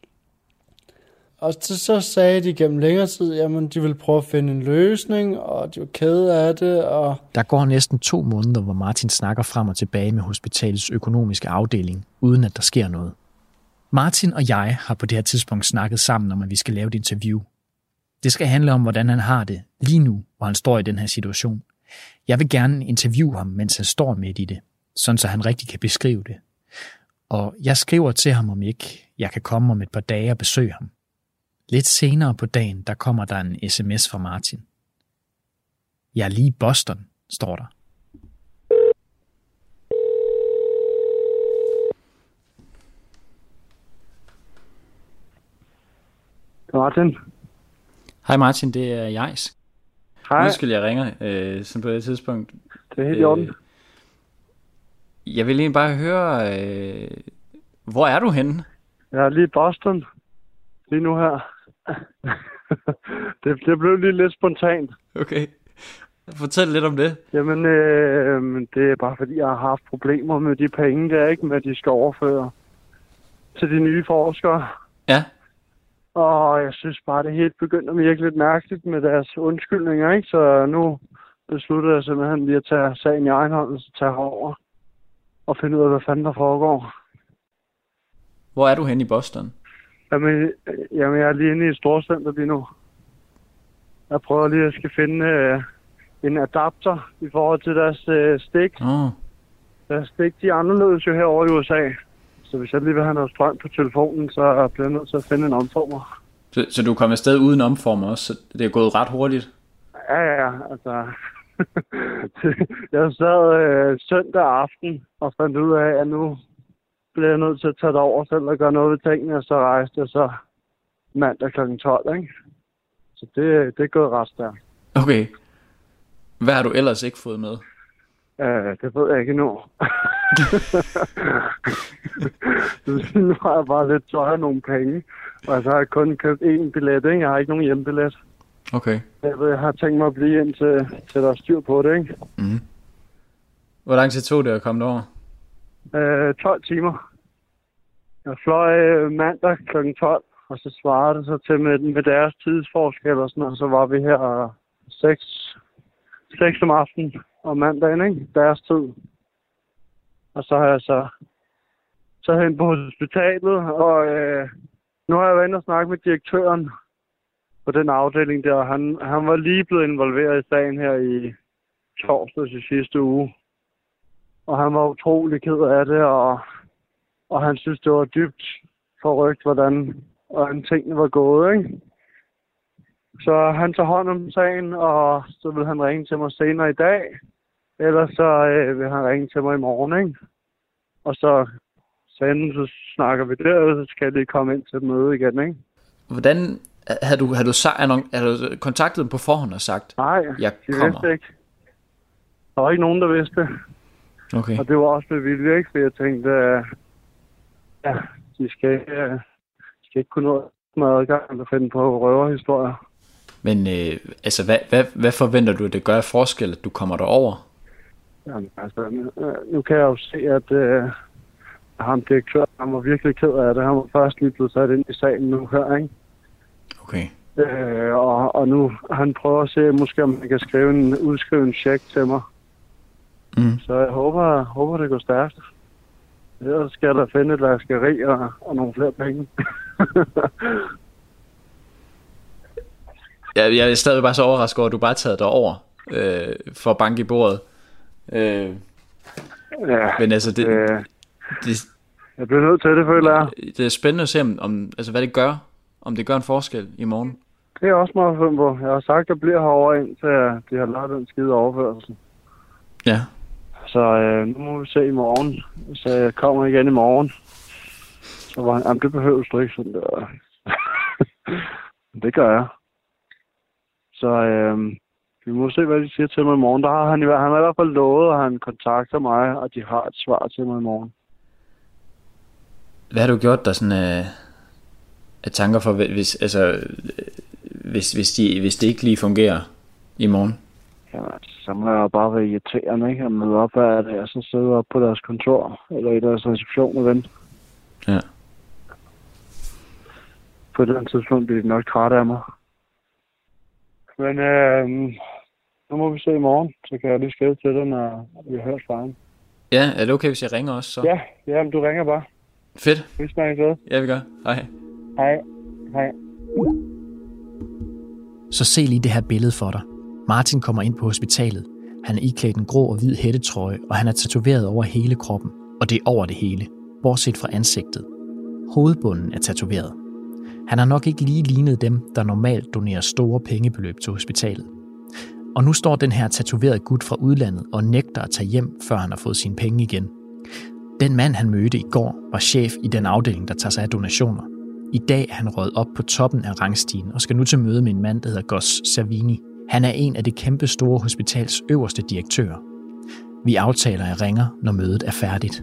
[SPEAKER 1] Og så sagde de gennem længere tid, jamen de ville prøve at finde en løsning, og de var kede af det. Og
[SPEAKER 2] der går næsten 2 måneder, hvor Martin snakker frem og tilbage med hospitalets økonomiske afdeling, uden at der sker noget. Martin og jeg har på det her tidspunkt snakket sammen om, at vi skal lave et interview. Det skal handle om, hvordan han har det lige nu, hvor han står i den her situation. Jeg vil gerne interviewe ham, mens han står midt i det, sådan så han rigtig kan beskrive det. Og jeg skriver til ham, om ikke jeg kan komme om et par dage og besøge ham. Lidt senere på dagen, der kommer der en sms fra Martin. Jeg er lige i Boston, står der.
[SPEAKER 5] Martin.
[SPEAKER 3] Hej Martin, det er Jais.
[SPEAKER 5] Hej.
[SPEAKER 3] Undskyld, jeg ringer sådan på det tidspunkt.
[SPEAKER 5] Det er helt i orden.
[SPEAKER 3] Jeg vil egentlig bare høre, hvor er du henne?
[SPEAKER 5] Jeg er lige i Boston. Lige nu her. det blev lige lidt spontant.
[SPEAKER 3] Okay. Fortæl lidt om det.
[SPEAKER 5] Jamen, det er bare fordi, jeg har haft problemer med de penge der, ikke? Med at de skal overføre til de nye forskere.
[SPEAKER 3] Ja.
[SPEAKER 5] Og jeg synes bare, det helt begyndte at virke lidt mærkeligt med deres undskyldninger, ikke? Så nu besluttede jeg simpelthen lige at tage sagen i egen hånd, og så tage over og finde ud af, hvad fanden der foregår.
[SPEAKER 3] Hvor er du henne i Boston?
[SPEAKER 5] Jamen jeg er lige inde i et storcenter lige nu. Jeg prøver lige at skal finde en adapter i forhold til deres stik. Deres stik, de er anderledes jo herovre i USA. Så hvis jeg lige vil have noget strøm på telefonen, så bliver jeg nødt til at finde en omformer.
[SPEAKER 3] Så du er kommet afsted uden omformer også, så det er gået ret hurtigt?
[SPEAKER 5] Ja, altså... jeg sad søndag aften og fandt ud af, at nu blev jeg nødt til at tage det over selv og gøre noget ved tingene, og så rejste jeg så mandag kl. 12, ikke? Så det er gået ret stærkt.
[SPEAKER 3] Okay. Hvad har du ellers ikke fået med?
[SPEAKER 5] Det ved jeg ikke endnu. Nu har jeg bare lidt tøj og nogle penge, og så har jeg kun købt én billet, ikke? Jeg har ikke nogen hjembillet.
[SPEAKER 3] Okay.
[SPEAKER 5] Jeg har tænkt mig at blive ind til der er styr på det, ikke?
[SPEAKER 3] Mm. Hvor lang tid tog det at komme over?
[SPEAKER 5] 12 timer. Jeg fløj mandag kl. 12, og så svarede det så til med deres tidsforskel og sådan noget, så var vi her 6 om aftenen om mandagen, ikke? Deres tid. Og så har jeg så hen på hospitalet, og nu har jeg været inde og snakket med direktøren på den afdeling der. Han var lige blevet involveret i sagen her i torsdags i sidste uge. Og han var utrolig ked af det, og han synes, det var dybt forrygt, hvordan tingene var gået, ikke? Så han tager hånd om sagen, og så vil han ringe til mig senere i dag. Ellers så vil han ringe til mig i morgen, ikke? Og så snakker vi der, og så skal jeg lige komme ind til et møde igen, ikke?
[SPEAKER 3] Hvordan havde du kontaktet dem på forhånd og sagt?
[SPEAKER 5] Nej,
[SPEAKER 3] jeg
[SPEAKER 5] de
[SPEAKER 3] kommer.
[SPEAKER 5] vidste ikke. Der var ikke nogen, der vidste det.
[SPEAKER 3] Okay.
[SPEAKER 5] Og det var også med vilje, ikke? For jeg tænkte, de skal ikke kunne nå med adgang at finde på røverhistorier.
[SPEAKER 3] Men altså, hvad forventer du, at det gør af forskel, at du kommer derover?
[SPEAKER 5] Jamen, altså, nu kan jeg jo se, at ham direktør, han var virkelig ked af det. Han var først lige blevet sat ind i sagen nu her, ikke?
[SPEAKER 3] Okay.
[SPEAKER 5] Og nu han prøver at se, måske om han kan udskrive en check til mig.
[SPEAKER 3] Mm.
[SPEAKER 5] Så jeg håber det går stærkt. Ellers skal der finde et vaskeri og nogle flere penge.
[SPEAKER 3] Jeg er stadig bare så overrasket over, at du bare taget dig over for at banke i bordet.
[SPEAKER 5] Ja,
[SPEAKER 3] men altså, det,
[SPEAKER 5] jeg bliver nødt til det, føler jeg.
[SPEAKER 3] Det er spændende at se, altså, hvad det gør. Om det gør en forskel i morgen.
[SPEAKER 5] Det er også meget fedt på. Jeg har sagt, at jeg bliver herovre indtil de har lavet den skide overførsel.
[SPEAKER 3] Ja.
[SPEAKER 5] Så nu må vi se i morgen. Så jeg kommer igen i morgen. Så var han, jamen det behøver du ikke sådan der. Det gør jeg. Så vi må se, hvad de siger til mig i morgen. Der har han i hvert fald lovet, at han kontakter mig, og de har et svar til mig i morgen.
[SPEAKER 3] Hvad har du gjort der sådan af tanker for, hvis det ikke lige fungerer i morgen?
[SPEAKER 5] Ja, så må jeg bare være irriterende, ikke? At møde op af det, og så sidde op på deres kontor, eller i deres reception og vente.
[SPEAKER 3] Ja.
[SPEAKER 5] På den tidspunkt bliver de nok trætte af mig. Men nu må vi se i morgen, så kan jeg lige skrive til dig, når vi har hørt fra ham.
[SPEAKER 3] Ja, er det okay, hvis jeg ringer også så?
[SPEAKER 5] Ja, men du ringer bare.
[SPEAKER 3] Fedt.
[SPEAKER 5] Vi snakkes ved.
[SPEAKER 3] Ja, vi gør. Hej.
[SPEAKER 5] Hej.
[SPEAKER 2] Så se lige det her billede for dig. Martin kommer ind på hospitalet. Han er iklædt en grå og hvid hættetrøje, og han er tatoveret over hele kroppen. Og det er over det hele, bortset fra ansigtet. Hovedbunden er tatoveret. Han har nok ikke lige lignet dem, der normalt donerer store pengebeløb til hospitalet. Og nu står den her tatoverede gut fra udlandet og nægter at tage hjem, før han har fået sine penge igen. Den mand, han mødte i går, var chef i den afdeling, der tager sig af donationer. I dag er han røget op på toppen af rangstigen og skal nu til møde med en mand, der hedder Gus Savini. Han er en af det kæmpe store hospitals øverste direktører. Vi aftaler, at jeg ringer, når mødet er færdigt.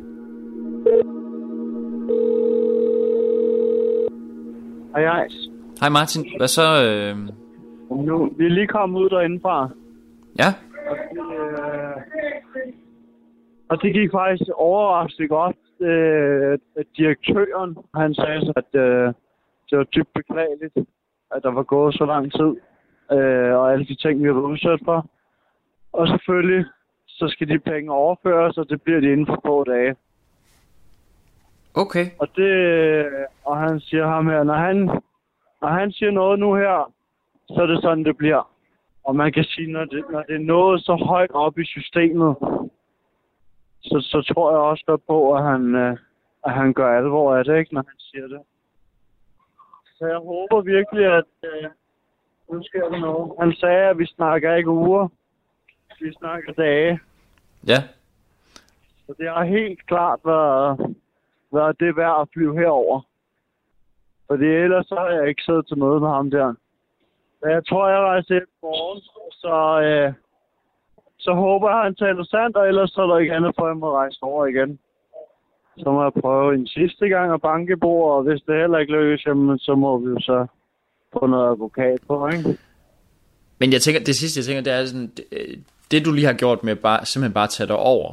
[SPEAKER 5] Hej.
[SPEAKER 3] Hej Martin, hvad så?
[SPEAKER 5] Nu, vi er lige kommet ud derindefra.
[SPEAKER 3] Ja?
[SPEAKER 5] Og det gik faktisk overraskende godt. Direktøren, han sagde så, at det var dybt beklageligt, at der var gået så lang tid. Og alle de ting, vi har været udsat for. Og selvfølgelig, så skal de penge overføres, og det bliver de inden for få dage.
[SPEAKER 3] Okay.
[SPEAKER 5] Og han siger ham her, når han siger noget nu her, så er det sådan, det bliver. Og man kan sige, når det er nået så højt op i systemet, så tror jeg også godt på, at han gør alvor af det, ikke, når han siger det. Så jeg håber virkelig, at nu sker der noget. Han sagde, at vi snakker ikke uger, vi snakker dage.
[SPEAKER 3] Ja.
[SPEAKER 5] Så det har helt klart det er værd at flyve herover. Fordi ellers så har jeg ikke siddet til møde med ham der. Men jeg tror, jeg rejser hjem i morgen, så håber jeg, han taler sandt, og ellers så er der ikke andet for, at jeg må rejse over igen. Så må jeg prøve en sidste gang at banke i bordet, og hvis det heller ikke lykkes, jamen, så må vi jo så få noget advokat på, ikke?
[SPEAKER 3] Men jeg tænker, det sidste, jeg tænker, det er sådan, det du lige har gjort med simpelthen bare at tage dig over,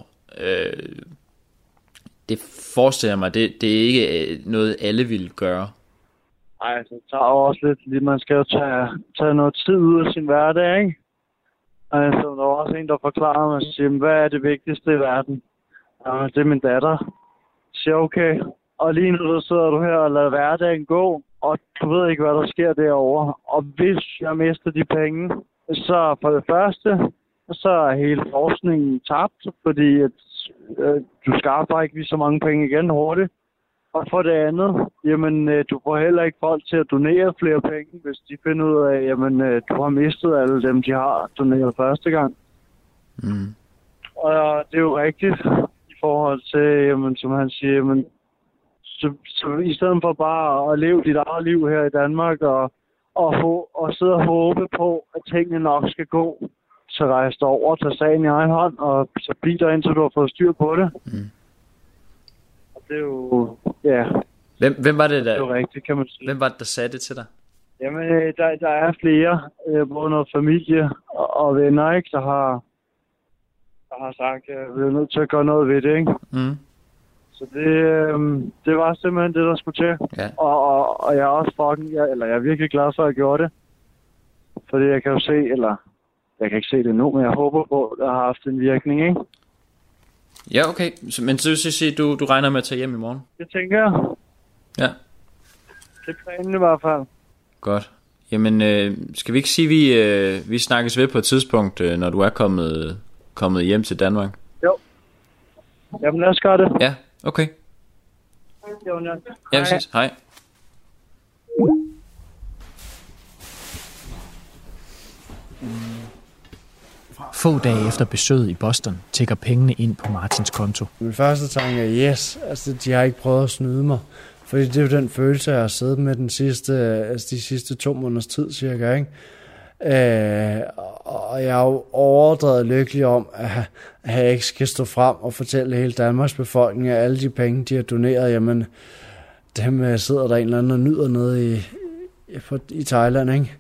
[SPEAKER 3] det forestiller mig, det er ikke noget, alle ville gøre.
[SPEAKER 5] Nej, det tager også lidt, fordi man skal jo tage noget tid ud af sin hverdag, ikke? Altså, der var også en, der forklarer mig, siger, hvad er det vigtigste i verden? Ja, det er min datter. Jeg siger, okay. Og lige nu sidder du her og lader hverdagen gå, og du ved ikke, hvad der sker derovre. Og hvis jeg mister de penge, så for det første, så er hele forskningen tabt, fordi du skaffer ikke lige så mange penge igen hurtigt. Og for det andet, jamen, du får heller ikke folk til at donere flere penge, hvis de finder ud af, jamen, du har mistet alle dem, de har doneret første gang. Mm. Og det er jo rigtigt i forhold til, jamen, som han siger, jamen, så i stedet for bare at leve dit eget liv her i Danmark og sidde og håbe på, at tingene nok skal gå, så rejse dig over og tage sagen i egen hånd, og så blive der indtil du har fået styr på det. Mm. Det er jo, ja.
[SPEAKER 3] Hvem var det, der?
[SPEAKER 5] Det er jo rigtigt, kan man sige.
[SPEAKER 3] Hvem var det, der sagde det til dig?
[SPEAKER 5] Jamen, der er flere, både noget familie og venner, ikke, der har sagt, at vi er nødt til at gøre noget ved det, ikke? Mm. Så det var simpelthen det, der skulle til. Ja. Og jeg er også jeg er virkelig glad for, at jeg gjorde det. Fordi jeg kan jo se, eller jeg kan ikke se det nu, men jeg håber på, at det har haft en virkning, ikke?
[SPEAKER 3] Ja, okay. Men så vil jeg sige, du regner med at tage hjem i morgen?
[SPEAKER 5] Det tænker jeg. Ja. Det er planen i hvert fald.
[SPEAKER 3] Godt. Jamen, skal vi ikke sige, vi snakkes ved på et tidspunkt, når du er kommet hjem til Danmark?
[SPEAKER 5] Jo. Jamen, lad os gøre det.
[SPEAKER 3] Ja, okay. Ja, vi ses. Hej.
[SPEAKER 2] Få dage efter besøget i Boston tikker pengene ind på Martins konto.
[SPEAKER 1] Min første tanke er, yes, altså de har ikke prøvet at snyde mig. Fordi det er jo den følelse, jeg har siddet med de sidste 2 måneders tid cirka, ikke? Og jeg er jo overdrevet lykkelig om, at jeg ikke skal stå frem og fortælle hele Danmarks befolkning, at alle de penge, de har doneret, jamen, dem sidder der en eller anden og nyder nede i Thailand, ikke?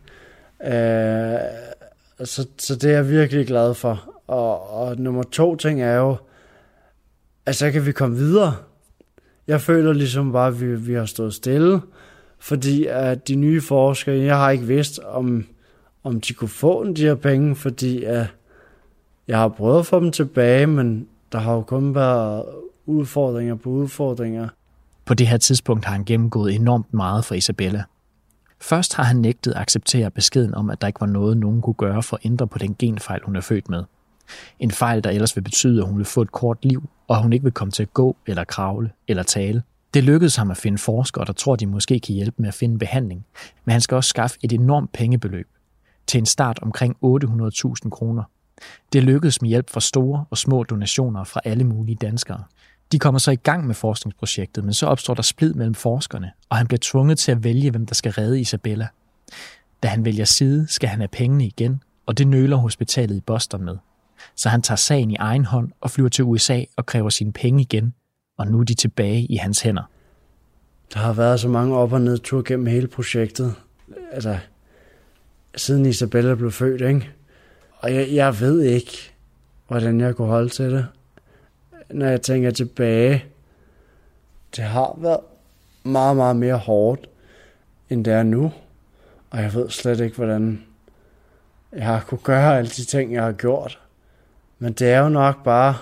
[SPEAKER 1] Så det er jeg virkelig glad for. Og nummer 2 ting er jo, at så kan vi komme videre. Jeg føler ligesom bare, at vi har stået stille, fordi at de nye forskere, jeg har ikke vidst, om de kunne få de her penge, fordi jeg har prøvet at få dem tilbage, men der har jo kun været udfordringer på udfordringer.
[SPEAKER 2] På det her tidspunkt har han gennemgået enormt meget for Isabella. Først har han nægtet at acceptere beskeden om, at der ikke var noget, nogen kunne gøre for at ændre på den genfejl, hun er født med. En fejl, der ellers vil betyde, at hun vil få et kort liv, og at hun ikke vil komme til at gå, eller kravle, eller tale. Det lykkedes ham at finde forskere, der tror, de måske kan hjælpe med at finde behandling, men han skal også skaffe et enormt pengebeløb. Til en start omkring 800.000 kroner. Det lykkedes med hjælp fra store og små donationer fra alle mulige danskere. De kommer så i gang med forskningsprojektet, men så opstår der splid mellem forskerne, og han bliver tvunget til at vælge, hvem der skal redde Isabella. Da han vælger side, skal han have pengene igen, og det nøler hospitalet i Boston med. Så han tager sagen i egen hånd og flyver til USA og kræver sine penge igen, og nu er de tilbage i hans hænder.
[SPEAKER 1] Der har været så mange op- og nedture gennem hele projektet. Altså, siden Isabella blev født, ikke? Og jeg ved ikke, hvordan jeg kunne holde til det. Når jeg tænker tilbage, det har været meget, meget mere hårdt, end det er nu. Og jeg ved slet ikke, hvordan jeg har kunne gøre alle de ting, jeg har gjort. Men det er jo nok bare,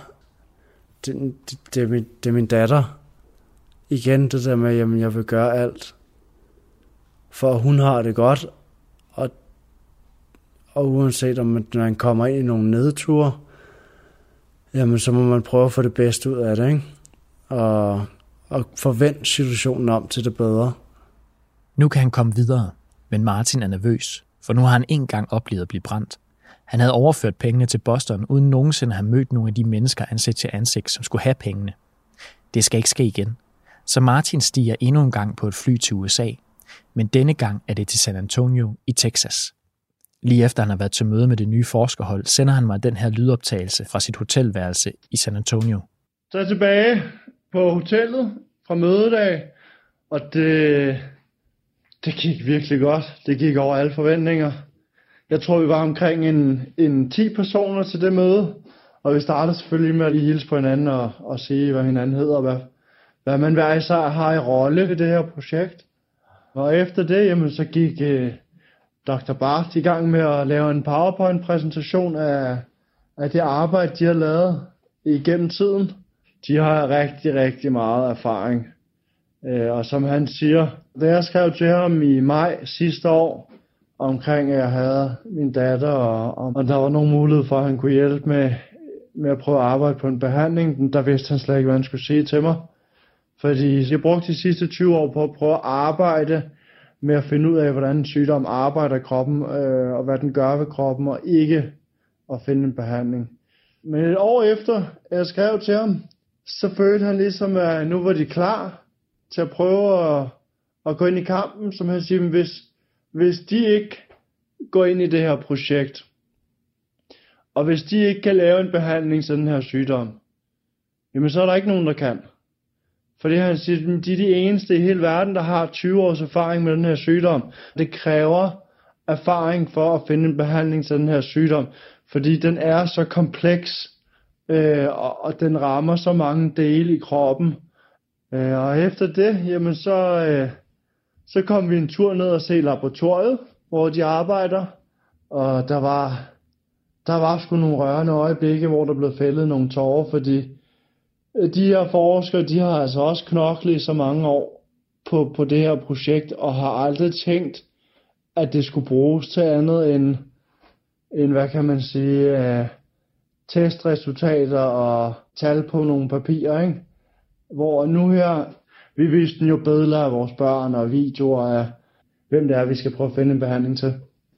[SPEAKER 1] det er min datter. Igen det der med, jamen jeg vil gøre alt, for hun har det godt. Og uanset om man kommer ind i nogle nedture, jamen så må man prøve at få det bedste ud af det, ikke? Og forvente situationen om til det bedre.
[SPEAKER 2] Nu kan han komme videre, men Martin er nervøs, for nu har han engang oplevet at blive brændt. Han havde overført pengene til Boston, uden nogensinde at have mødt nogle af de mennesker ansigt til ansigt, som skulle have pengene. Det skal ikke ske igen. Så Martin stiger endnu en gang på et fly til USA, men denne gang er det til San Antonio i Texas. Lige efter han har været til møde med det nye forskerhold, sender han mig den her lydoptagelse fra sit hotelværelse i San Antonio.
[SPEAKER 1] Så er jeg tilbage på hotellet fra mødedag, og det gik virkelig godt. Det gik over alle forventninger. Jeg tror, vi var omkring en 10 personer til det møde, og vi startede selvfølgelig med at hilse på hinanden og sige, hvad hinanden hedder, og hvad man hver især har i rolle i det her projekt. Og efter det, jamen, så gik Dr. Barth i gang med at lave en PowerPoint-præsentation af det arbejde, de har lavet igennem tiden. De har rigtig, rigtig meget erfaring. Og som han siger, da jeg skrev til ham i maj sidste år, omkring at jeg havde min datter, og der var nogen mulighed for, at han kunne hjælpe med at prøve at arbejde på en behandling, der vidste han slet ikke, hvad han skulle sige til mig. Fordi jeg brugte de sidste 20 år på at prøve at arbejde med at finde ud af, hvordan en sygdom arbejder i kroppen, og hvad den gør ved kroppen, og ikke at finde en behandling. Men et år efter, jeg skrev til ham, så følte han ligesom, at nu var de klar til at prøve at gå ind i kampen, som han siger, hvis de ikke går ind i det her projekt, og hvis de ikke kan lave en behandling til den her sygdom, jamen så er der ikke nogen, der kan. Fordi han siger, de er de eneste i hele verden, der har 20 års erfaring med den her sygdom. Det kræver erfaring for at finde en behandling til den her sygdom, fordi den er så kompleks, og den rammer så mange dele i kroppen. Og efter det, jamen så kom vi en tur ned og se laboratoriet, hvor de arbejder, og der var sgu nogle rørende øjeblikke, hvor der blev fældet nogle tårer, fordi de her forskere, de har altså også knoklet i så mange år på det her projekt, og har aldrig tænkt, at det skulle bruges til andet end hvad kan man sige, testresultater og tal på nogle papirer, ikke? Hvor nu her, vi viste jo billeder af vores børn og videoer af, hvem det er, vi skal prøve at finde en behandling til.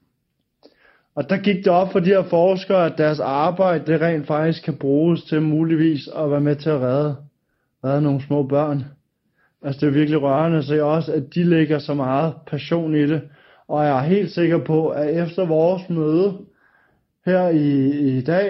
[SPEAKER 1] Og der gik det op for de her forskere, at deres arbejde, det rent faktisk kan bruges til muligvis at være med til at redde nogle små børn. Altså det er virkelig rørende at se også, at de lægger så meget passion i det. Og jeg er helt sikker på, at efter vores møde her i dag,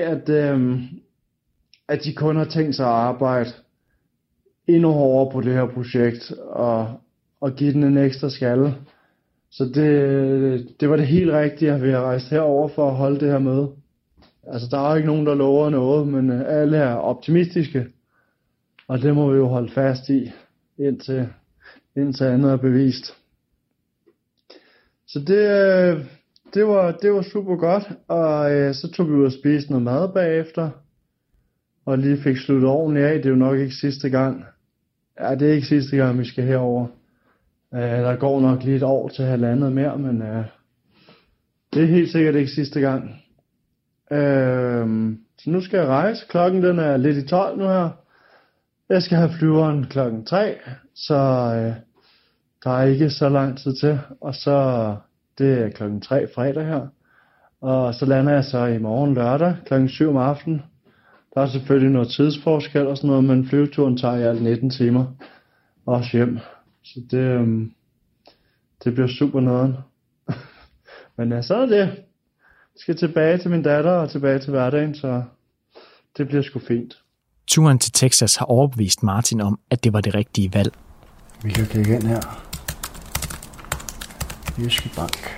[SPEAKER 1] at de kun har tænkt sig at arbejde endnu hårdere på det her projekt og give den en ekstra skalle. Så det var det helt rigtige, at vi har rejst herover for at holde det her møde. Altså der er jo ikke nogen, der lover noget, men alle er optimistiske. Og det må vi jo holde fast i, indtil andet er bevist. Så det var super godt, og så tog vi ud og spiste noget mad bagefter. Og lige fik sluttet ordentligt af. Det er jo nok ikke sidste gang. Ja, det er ikke sidste gang, vi skal herover. Der går nok lige et år til 1,5 mere, men det er helt sikkert ikke sidste gang. Så nu skal jeg rejse. Klokken den er lidt i 12 nu her. Jeg skal have flyveren klokken 3, så der er ikke så lang tid til. Og så det er klokken 3 fredag her. Og så lander jeg så i morgen lørdag klokken 7 om aftenen. Der er selvfølgelig noget tidsforskel og sådan noget, men flyveturen tager i alt 19 timer. Også hjem. Så det bliver super noget. Men så er det. Jeg skal tilbage til min datter og tilbage til hverdagen, så det bliver sgu fint.
[SPEAKER 2] Turen til Texas har overbevist Martin om, at det var det rigtige valg.
[SPEAKER 1] Vi kan klikke ind her. Jyske Bank.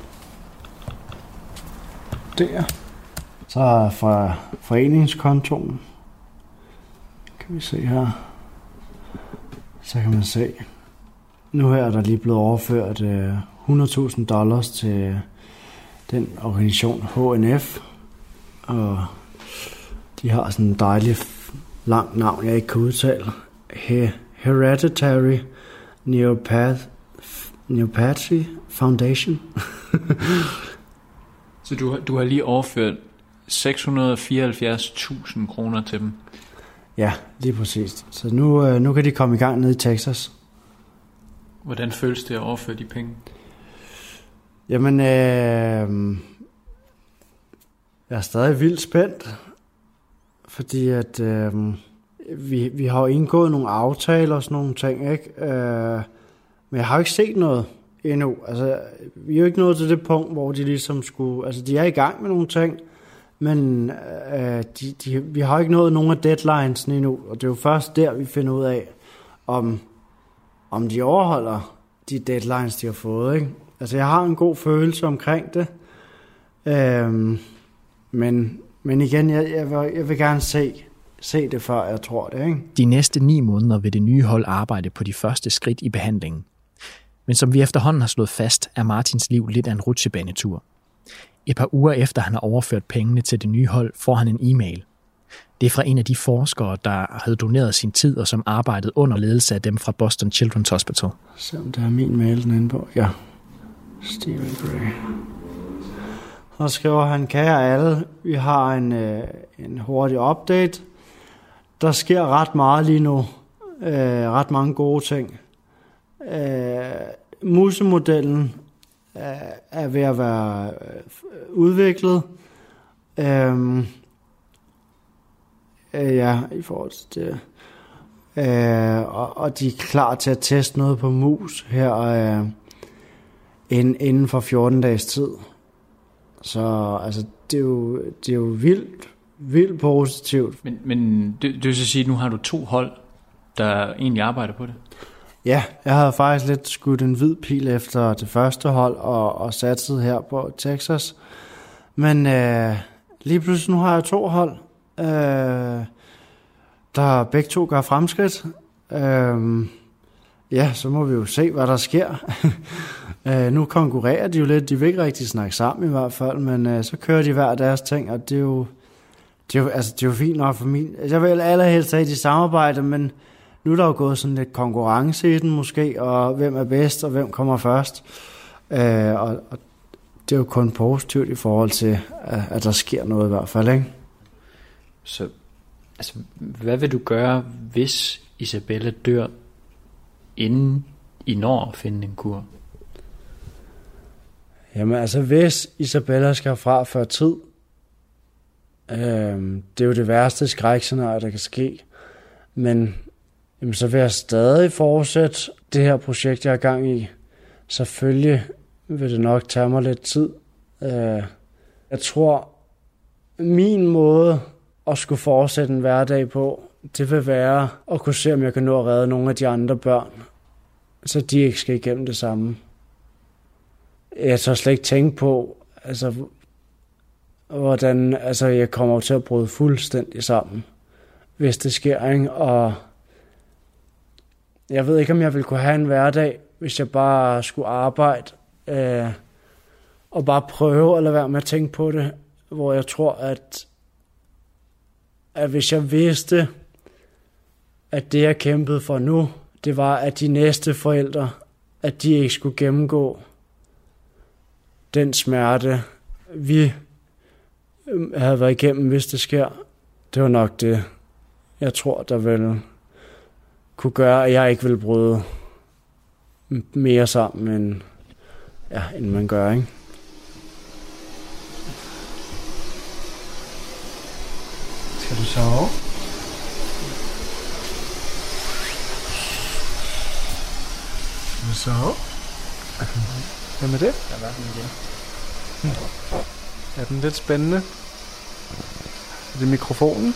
[SPEAKER 1] Der. Så fra foreningskontoen. Kan vi se her. Så kan man se. Nu her er der lige blevet overført $100,000 til den organisation HNF. Og de har sådan en dejlig lang navn, jeg ikke kan udtale. Hereditary Neuropathy Foundation.
[SPEAKER 3] Så du har lige overført 674.000 kroner til dem?
[SPEAKER 1] Ja, lige præcis. Så nu kan de komme i gang nede i Texas.
[SPEAKER 3] Hvordan føles det at overføre de penge?
[SPEAKER 1] Jamen, jeg er stadig vildt spændt, fordi at vi har jo indgået nogle aftaler og sådan nogle ting, ikke? Men jeg har jo ikke set noget endnu. Altså, vi er jo ikke nået til det punkt, hvor de ligesom skulle... Altså, de er i gang med nogle ting, men vi har jo ikke nået nogen af deadlines endnu, og det er jo først der, vi finder ud af, om de overholder de deadlines, de har fået, ikke? Altså, jeg har en god følelse omkring det, men igen, jeg vil gerne se det, før jeg tror det, ikke?
[SPEAKER 2] De næste 9 måneder vil det nye hold arbejde på de første skridt i behandlingen. Men som vi efterhånden har slået fast, er Martins liv lidt af en rutsjebanetur. Et par uger efter han har overført pengene til det nye hold, får han en e-mail. Det er fra en af de forskere, der havde doneret sin tid og som arbejdede under ledelse af dem fra Boston Children's Hospital.
[SPEAKER 1] Så der er min mail den inde på. Ja. Stephen Gray. Og skriver han, kære alle, vi har en hurtig update. Der sker ret meget lige nu. Ret mange gode ting. Musemodellen er ved at være udviklet. Ja, i forhold til det. Og de er klar til at teste noget på mus her inden for 14 dages tid. Så altså, det er jo vildt positivt.
[SPEAKER 3] Men det vil så sige, at nu har du 2 hold, der egentlig arbejder på det?
[SPEAKER 1] Ja, jeg havde faktisk lidt skudt en hvid pil efter det første hold og satset her på Texas. Men lige pludselig nu har jeg 2 hold, der begge 2 gør fremskridt. Ja, så må vi jo se, hvad der sker. Nu konkurrerer de jo lidt. De vil ikke rigtig snakke sammen i hvert fald, men så kører de hver deres ting, og det er jo fint nok for min. Jeg vil allerhelst have de samarbejder, men nu er der jo gået sådan lidt konkurrence i den måske, og hvem er bedst, og hvem kommer først. Og det er jo kun positivt i forhold til, at der sker noget i hvert fald, ikke?
[SPEAKER 2] Så altså, hvad vil du gøre, hvis Isabella dør, inden I når at finde en kur?
[SPEAKER 1] Jamen altså, hvis Isabella skal fra før tid, det er jo det værste skrækscenarie, der kan ske. Men jamen, så vil jeg stadig fortsætte det her projekt, jeg er gang i. Selvfølgelig vil det nok tage mig lidt tid. Jeg tror, min måde at skulle fortsætte en hverdag på, det vil være at kunne se, om jeg kan nå at redde nogle af de andre børn, så de ikke skal igennem det samme. Jeg tør slet ikke tænke på, altså, hvordan jeg kommer til at bryde fuldstændig sammen, hvis det sker, ikke? Og jeg ved ikke, om jeg ville kunne have en hverdag, hvis jeg bare skulle arbejde og bare prøve at lade være med at tænke på det, hvor jeg tror, at hvis jeg vidste, at det, jeg kæmpede for nu, det var, at de næste forældre, at de ikke skulle gennemgå den smerte, vi havde været igennem, hvis det sker. Det var nok det, jeg tror, der ville kunne gøre, at jeg ikke ville bryde mere sammen, end man gør, ikke? Skal du sove? Skal du sove? Hvem er det?
[SPEAKER 3] Der er hverken igen.
[SPEAKER 1] Er den lidt spændende? Er det mikrofonen?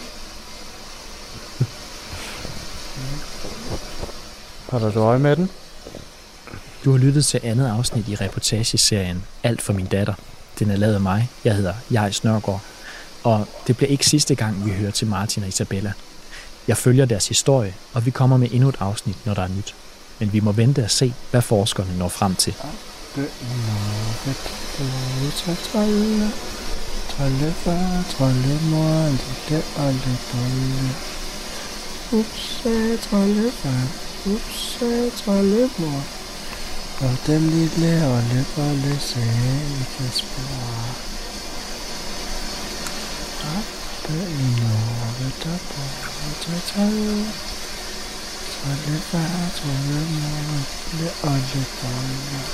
[SPEAKER 1] Holder du øje med den?
[SPEAKER 2] Du har lyttet til andet afsnit i reportageserien Alt for min datter. Den er lavet af mig. Jeg hedder Jais Nørgaard. Og det bliver ikke sidste gang, vi hører til Martin og Isabella. Jeg følger deres historie, og vi kommer med endnu et afsnit, når der er nyt. Men vi må vente og se, hvad forskerne når frem til.
[SPEAKER 1] Og den lille olle sagde, vi kan spore. Oppe i Norge, der bor Trolle far, trolle mor, le olle bolle.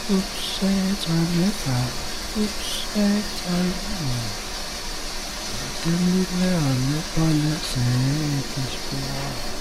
[SPEAKER 1] Trolle far, trolle mor. Det er mit værende på en spor.